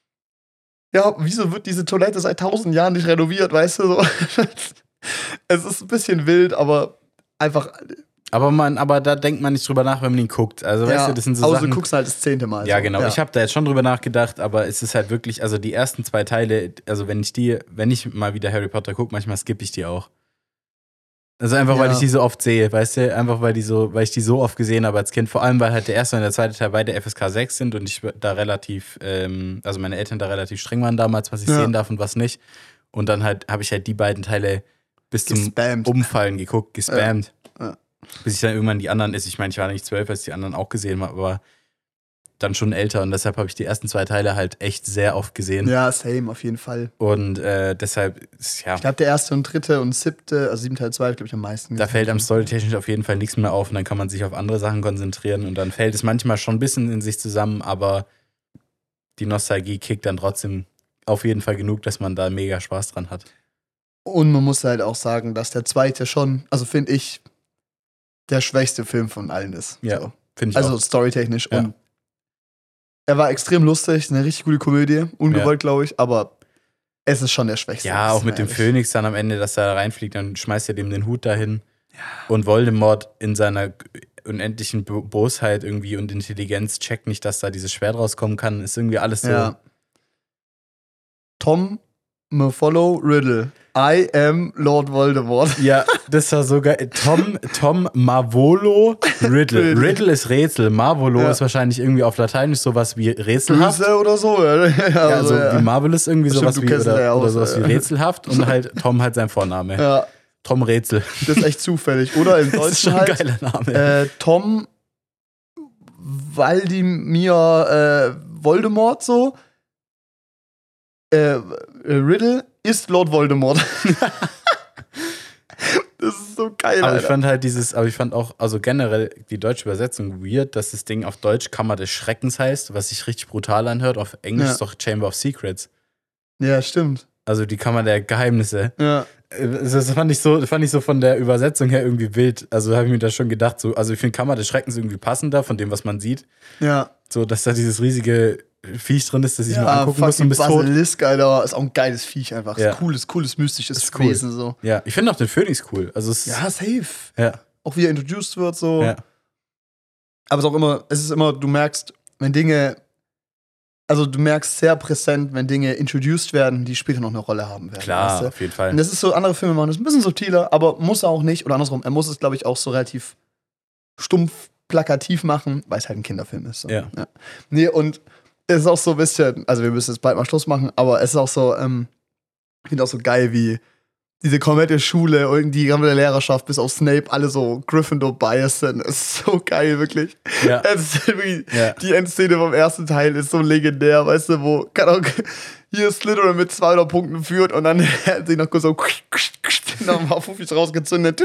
Ja, wieso wird diese Toilette seit tausend Jahren nicht renoviert, weißt du? So. Es ist ein bisschen wild, aber einfach. Aber man, aber da denkt man nicht drüber nach, wenn man ihn guckt. Also weißt ja, du, das sind so außer Sachen. du guckst halt das zehnte Mal. Ja, so. genau. Ich habe da jetzt schon drüber nachgedacht, aber es ist halt wirklich, also die ersten zwei Teile, also wenn ich die, wenn ich mal wieder Harry Potter gucke, manchmal skippe ich die auch. Also einfach, weil Ja. ich die so oft sehe, weißt du, einfach weil die so, weil ich die so oft gesehen habe als Kind, vor allem weil halt der erste und der zweite Teil beide F S K sechs sind und ich da relativ, ähm, also meine Eltern da relativ streng waren damals, was ich Ja. sehen darf und was nicht. Und dann halt habe ich halt die beiden Teile bis zum Gespammt. Umfallen geguckt, gespammt. Ja. Ja. Bis ich dann irgendwann die anderen ist. Ich meine, ich war nicht zwölf, als ich die anderen auch gesehen habe, aber dann schon älter und deshalb habe ich die ersten zwei Teile halt echt sehr oft gesehen. Ja, same, auf jeden Fall. Und äh, deshalb, ist, ja, Ich glaube, der erste und dritte und siebte, also sieben Teil zwei, glaube ich, am meisten. da gesehen. fällt einem storytechnisch auf jeden Fall nichts mehr auf und dann kann man sich auf andere Sachen konzentrieren und dann fällt es manchmal schon ein bisschen in sich zusammen, aber die Nostalgie kickt dann trotzdem auf jeden Fall genug, dass man da mega Spaß dran hat. Und man muss halt auch sagen, dass der zweite schon, also finde ich, der schwächste Film von allen ist. Ja, So. finde ich Also auch. storytechnisch. Ja. Und er war extrem lustig, eine richtig gute Komödie. Ungewollt, glaube ich, aber es ist schon der schwächste. Ja, auch mit dem Ehrlich. Phönix dann am Ende, dass er da reinfliegt, dann schmeißt er dem den Hut dahin. Und Voldemort in seiner unendlichen Bo- Bosheit irgendwie und Intelligenz checkt nicht, dass da dieses Schwert rauskommen kann. Ist irgendwie alles so. Ja. Tom Follow Riddle. I am Lord Voldemort. Ja, das war so geil. Tom, Tom Marvolo Riddle. Riddle. Riddle ist Rätsel. Marvolo Ja. ist wahrscheinlich irgendwie auf Lateinisch sowas wie rätselhaft. Böse oder so. Ja, Ja, also, so ja. wie Marvelous irgendwie Stimmt, sowas du wie kennst es oder, ja auch, oder sowas ja. wie rätselhaft und halt Tom halt sein Vorname. ja, Tom Rätsel. das ist echt zufällig. Oder im Das ist schon Deutschen ein halt geiler Name. äh, Tom Waldimir äh, Voldemort so. Äh, äh, Riddle ist Lord Voldemort. Das ist so geil, Aber ich Alter. fand halt dieses, aber ich fand auch, also generell die deutsche Übersetzung weird, dass das Ding auf Deutsch Kammer des Schreckens heißt, was sich richtig brutal anhört. Auf Englisch Ja. ist doch Chamber of Secrets. Ja, stimmt. Also die Kammer der Geheimnisse. Ja. Das fand ich so, fand ich so von der Übersetzung her irgendwie wild. Also habe ich mir da schon gedacht, so, also ich finde Kammer des Schreckens irgendwie passender von dem, was man sieht. Ja. So, dass da dieses riesige Viech drin ist, das ich ja, mal angucken muss und bis tot. Basilisk, Alter, ist auch ein geiles Viech einfach. Ja. Ist cooles, cooles, mystisches ist cool. Wesen so. Ja, ich finde auch den Phönix cool. Also es ja, safe. Ja. Auch wie er introduced wird so. Ja. Aber es ist auch immer, es ist immer, du merkst, wenn Dinge, also du merkst sehr präsent, wenn Dinge introduced werden, die später noch eine Rolle haben werden. Klar, weißt du? auf jeden Fall. Und das ist so, andere Filme machen das ein bisschen subtiler, aber muss er auch nicht. Oder andersrum, er muss es, glaube ich, auch so relativ stumpf, plakativ machen, weil es halt ein Kinderfilm ist. So. Ja. ja. Nee, und es ist auch so ein bisschen, also wir müssen jetzt bald mal Schluss machen, aber es ist auch so, ähm, ich finde auch so geil, wie diese komplette Schule und die ganze Lehrerschaft bis auf Snape alle so Gryffindor-biased sind. Das ist so geil, wirklich. Ja. Es ist irgendwie, Ja. die Endszene vom ersten Teil ist so legendär, weißt du, wo, keine Ahnung, hier Slytherin mit zweihundert Punkten führt und dann hat sich noch kurz so noch ein paar Fuffis rausgezündet.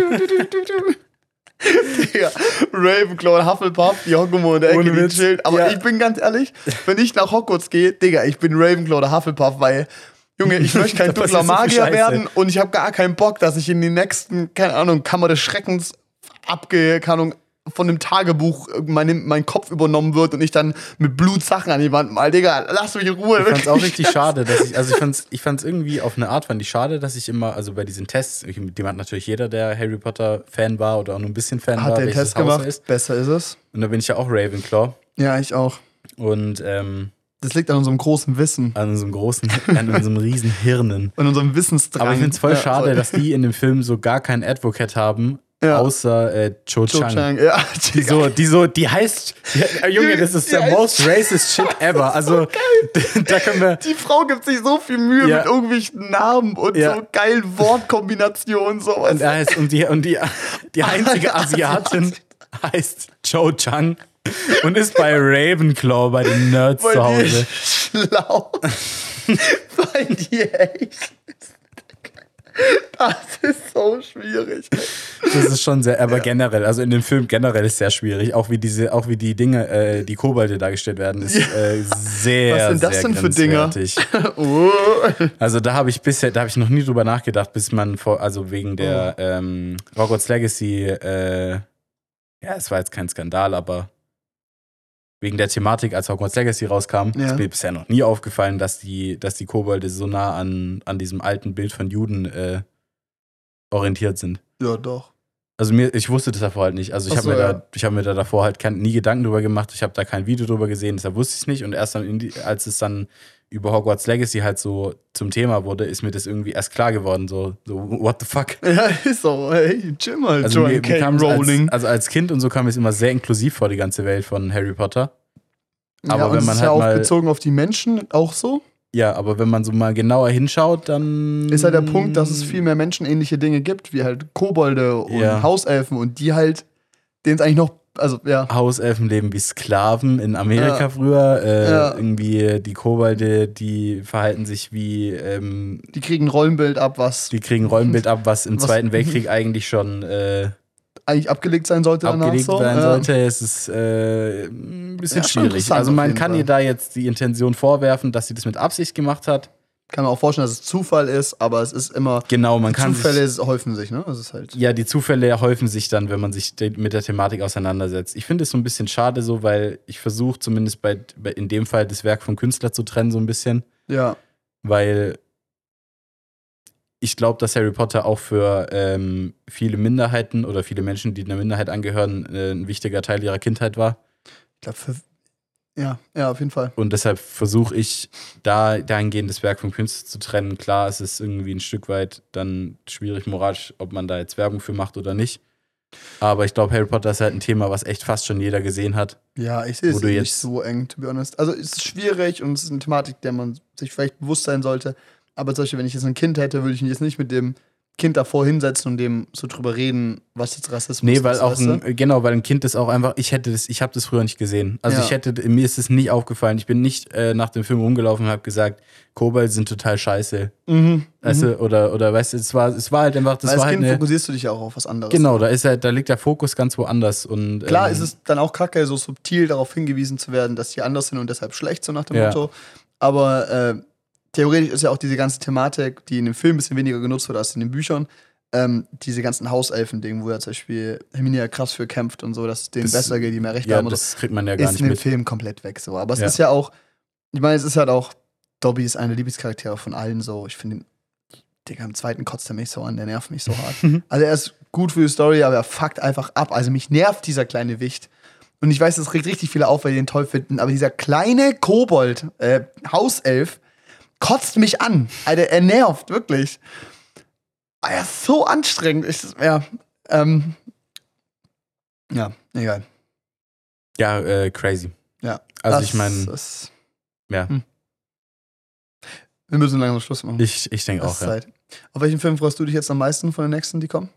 Digga, Ravenclaw und Hufflepuff, die hocken immer in der Ecke, Ohne die Witz. chillen. Aber Ja. ich bin ganz ehrlich, wenn ich nach Hogwarts gehe, Digga, ich bin Ravenclaw oder Hufflepuff, weil, Junge, ich möchte kein Da dunkler passiert so viel Magier Scheiße. werden und ich habe gar keinen Bock, dass ich in die nächsten, keine Ahnung, Kammer des Schreckens abgehe, keine Ahnung, von dem Tagebuch mein, mein Kopf übernommen wird und ich dann mit Blut Sachen an die Wand mal, Digga, lass mich in Ruhe. Ich fand's auch richtig schade, dass ich, also ich fand's, ich fand's irgendwie auf eine Art fand ich schade, dass ich immer, also bei diesen Tests, ich, die hat natürlich jeder, der Harry Potter Fan war oder auch nur ein bisschen Fan war, Hat den welches Test Haus er gemacht, ist. besser ist es. Und da bin ich ja auch Ravenclaw. Ja, ich auch. Und ähm, Das liegt an unserem großen Wissen, an unserem großen, an unserem riesen Hirnen. an unserem Wissensdrang. Aber ich find's voll Ja, schade, voll. dass die in dem Film so gar keinen Advocate haben, Ja. außer äh, Cho Cho Chang. Chang, ja, Die so, die so, die heißt, die, Junge, das ist Die der heißt- most racist shit ever. Also, da können wir, Die Frau gibt sich so viel Mühe Ja. mit irgendwelchen Namen und Ja. so geilen Wortkombinationen. Sowas. und, er heißt, und die, und die, die einzige Asiatin heißt Cho Chang und ist bei Ravenclaw bei den Nerds Weil zu die Hause. ist schlau. Weil die echt. Das ist so schwierig. Das ist schon sehr, aber generell, also in dem Film generell ist sehr schwierig. Auch wie diese, auch wie die Dinge, äh, die Kobolde dargestellt werden, ist äh, sehr, Was sind das sehr denn für Dinger? grenzwertig. Oh. Also da habe ich bisher, da habe ich noch nie drüber nachgedacht, bis man vor, also wegen der Oh. ähm, Hogwarts Legacy, äh, ja, es war jetzt kein Skandal, aber wegen der Thematik, als Hogwarts Legacy rauskam, Ja. ist mir bisher noch nie aufgefallen, dass die, dass die Kobolde so nah an, an diesem alten Bild von Juden äh, orientiert sind. Ja, doch. Also mir, ich wusste das davor halt nicht. Also ich Ach habe so, mir, ja. da, ich hab mir da davor halt kein, nie Gedanken drüber gemacht. Ich habe da kein Video drüber gesehen, deshalb wusste ich es nicht. Und erst dann, in die, als es dann über Hogwarts Legacy halt so zum Thema wurde, ist mir das irgendwie erst klar geworden. So, so what the fuck? Ja, ist so. Hey, chill mal, Also, mir, Joanne mir K. kam es Rowling. als, also als Kind und so kam es immer sehr inklusiv vor, die ganze Welt von Harry Potter. aber ja, und wenn es man ist halt ja auch mal- bezogen auf die Menschen auch so. Ja, aber wenn man so mal genauer hinschaut, dann. Ist halt der Punkt, dass es viel mehr menschenähnliche Dinge gibt, wie halt Kobolde und Ja. Hauselfen und die halt, denen es eigentlich noch, also ja, Hauselfen leben wie Sklaven in Amerika Ja. früher. Äh, Ja. Irgendwie die Kobolde, die verhalten sich wie. Ähm, die kriegen ein Rollenbild ab, was die kriegen Rollenbild ab, was im Was- Zweiten Weltkrieg eigentlich schon äh, eigentlich abgelegt sein sollte danach abgelegt so. sein ja. sollte. Es ist äh, ein bisschen Ja, schon schwierig. interessant Also auf man jeden kann Fall. ihr da jetzt die Intention vorwerfen, dass sie das mit Absicht gemacht hat. Kann man auch vorstellen, dass es Zufall ist, aber es ist immer, Genau, man kann Zufälle sich, häufen sich, ne? Das ist halt. ja, die Zufälle häufen sich dann, wenn man sich de- mit der Thematik auseinandersetzt. Ich finde es so ein bisschen schade so, weil ich versuche zumindest bei, bei in dem Fall das Werk vom Künstler zu trennen so ein bisschen, Ja. weil ich glaube, dass Harry Potter auch für ähm, viele Minderheiten oder viele Menschen, die einer Minderheit angehören, äh, ein wichtiger Teil ihrer Kindheit war. Ich glaube, für. Ja, ja, auf jeden Fall. Und deshalb versuche ich, da dahingehend das Werk vom Künstler zu trennen. Klar, es ist irgendwie ein Stück weit dann schwierig moralisch, ob man da jetzt Werbung für macht oder nicht. Aber ich glaube, Harry Potter ist halt ein Thema, was echt fast schon jeder gesehen hat. Ja, ich sehe Wo es du nicht jetzt- so eng, to be honest. Also, es ist schwierig und es ist eine Thematik, der man sich vielleicht bewusst sein sollte. Aber solche, wenn ich jetzt ein Kind hätte, würde ich mich jetzt nicht mit dem Kind davor hinsetzen und dem so drüber reden, was jetzt Rassismus Nee, weil ist. auch weißt du? ein, genau, weil ein Kind ist auch einfach, ich hätte das, ich habe das früher nicht gesehen. Also Ja. ich hätte, mir ist es nie aufgefallen. Ich bin nicht äh, nach dem Film rumgelaufen und habe gesagt, Kobolde sind total scheiße. Mhm. Weißt du, oder, oder weißt du, es war, es war halt einfach, das Weil war als halt Kind eine, fokussierst du dich ja auch auf was anderes. genau, da ist halt, da liegt der Fokus ganz woanders. Und, Klar ähm, ist es dann auch kacke, so subtil darauf hingewiesen zu werden, dass die anders sind und deshalb schlecht, so nach dem Ja. Motto. Aber äh, theoretisch ist ja auch diese ganze Thematik, die in dem Film ein bisschen weniger genutzt wird als in den Büchern, ähm, diese ganzen Hauselfen-Ding, wo ja zum Beispiel Hermine krass für kämpft und so, dass es denen Das- besser geht, die mehr Rechte Ja, haben. Und das kriegt man ja so, gar ist nicht in dem mit. Film komplett weg so. Aber es Ja. ist ja auch, ich meine, es ist halt auch, Dobby ist einer der Lieblingscharaktere von allen so. Ich finde ihn, Digga, im zweiten kotzt er mich so an, der nervt mich so hart. Also er ist gut für die Story, aber er fuckt einfach ab. Also mich nervt dieser kleine Wicht. Und ich weiß, das regt richtig viele auf, weil die den toll finden, aber dieser kleine Kobold, äh, Hauself, kotzt mich an. Alter, er nervt, wirklich. Er ist so anstrengend. Ich, ja, ähm, ja, egal. Ja, äh, crazy. Ja. Also das ich meine, ist- ja, Hm. Wir müssen langsam Schluss machen. ich, ich denke Es auch, ist ja. Zeit. Auf welchen Film freust du dich jetzt am meisten von den nächsten, die kommen?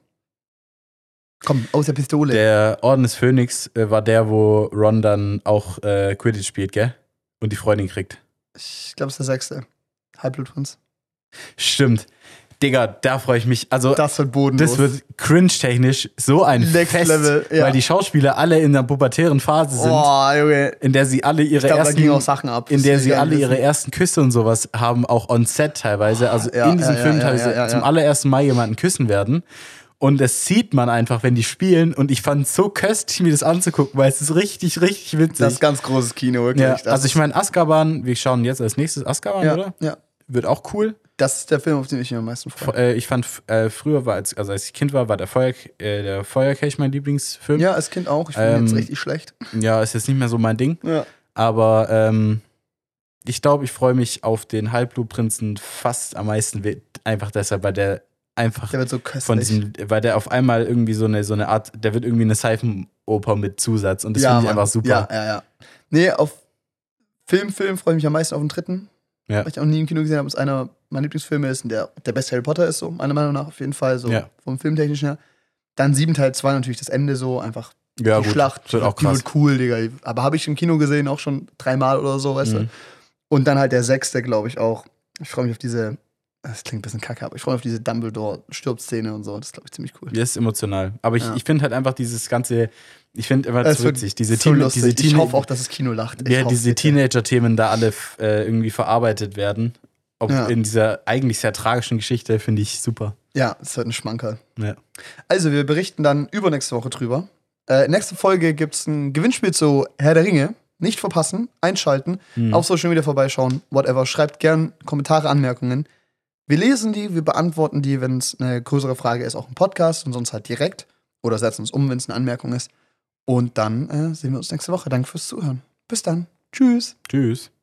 Komm, aus der Pistole. Der Orden des Phönix äh, war der, wo Ron dann auch äh, Quidditch spielt, gell? Und die Freundin kriegt. Ich glaube, es ist der sechste. Halbblutprinz. Stimmt. Digga, da freue ich mich. Also, Das wird bodenlos. das wird cringe-technisch so ein Next Fest, Level, ja. weil die Schauspieler alle in der pubertären Phase sind, Oh, Junge. in der sie alle ihre Ich glaube, da ersten, gingen auch Sachen ab. in der Das sie will ich gar alle nicht ihre wissen. ersten Küsse und sowas haben, auch on set teilweise. Also ja, in diesem ja, Film ja, teilweise ja, ja, zum ja. allerersten Mal jemanden küssen werden. Und das sieht man einfach, wenn die spielen. Und ich fand es so köstlich, mir das anzugucken, weil es ist richtig, richtig witzig. Das ist ganz großes Kino, wirklich. ja, Das also ich ist- meine, Azkaban, wir schauen jetzt als nächstes Azkaban, ja, oder? ja. Wird auch cool. Das ist der Film, auf den ich mich am meisten F- freue. äh, ich fand, f- äh, früher war, als, also als ich Kind war, war der, Feuer, äh, der Feuerkelch mein Lieblingsfilm. Ja, als Kind auch. Ich finde ihn Ähm, jetzt richtig schlecht. Ja, ist jetzt nicht mehr so mein Ding. Ja. Aber ähm, ich glaube, ich freue mich auf den Halbblutprinzen fast am meisten. we- Einfach deshalb, weil der einfach Der wird so köstlich. von diesem, weil der auf einmal irgendwie so eine, so eine Art, der wird irgendwie eine Seifenoper mit Zusatz. Und das ja, finde ich Mann. einfach super. Ja, ja, ja. Nee, auf Film, Film freue ich mich am meisten auf den dritten. Ja. Weil ich auch nie im Kino gesehen habe, ist einer meiner Lieblingsfilme ist und der, der beste Harry Potter ist so, meiner Meinung nach auf jeden Fall, so Ja. vom Filmtechnischen her. Dann sieben Teil zwei natürlich das Ende so, einfach Ja, die gut. Schlacht. Das wird auch die krass. wird cool, Digga. Aber habe ich im Kino gesehen, auch schon dreimal oder so, weißt Mhm. du. Und dann halt der sechste, glaube ich, auch. Ich freue mich auf diese, das klingt ein bisschen kacke, aber ich freue mich auf diese Dumbledore-Stirbszene und so. Das ist, glaube ich, ziemlich cool. Das ist emotional. Aber ich, Ja. ich finde halt einfach dieses ganze, ich finde immer Es das wird witzig. Diese, so Teen, lustig. diese, Ich Teen, hoffe auch, dass das Kino lacht. Ich ja, hoffe, diese bitte. Teenager-Themen da alle f- äh, irgendwie verarbeitet werden. Ob Ja. in dieser eigentlich sehr tragischen Geschichte, finde ich super. Ja, es wird ein Schmankerl. Ja. Also, wir berichten dann übernächste Woche drüber. Äh, nächste Folge gibt es ein Gewinnspiel zu Herr der Ringe. Nicht verpassen, einschalten, Mhm. auf Social Media vorbeischauen, whatever. Schreibt gern Kommentare, Anmerkungen. Wir lesen die, wir beantworten die, wenn es eine größere Frage ist, auch im Podcast und sonst halt direkt. Oder setzen uns um, wenn es eine Anmerkung ist. Und dann äh, sehen wir uns nächste Woche. Danke fürs Zuhören. Bis dann. Tschüss. Tschüss.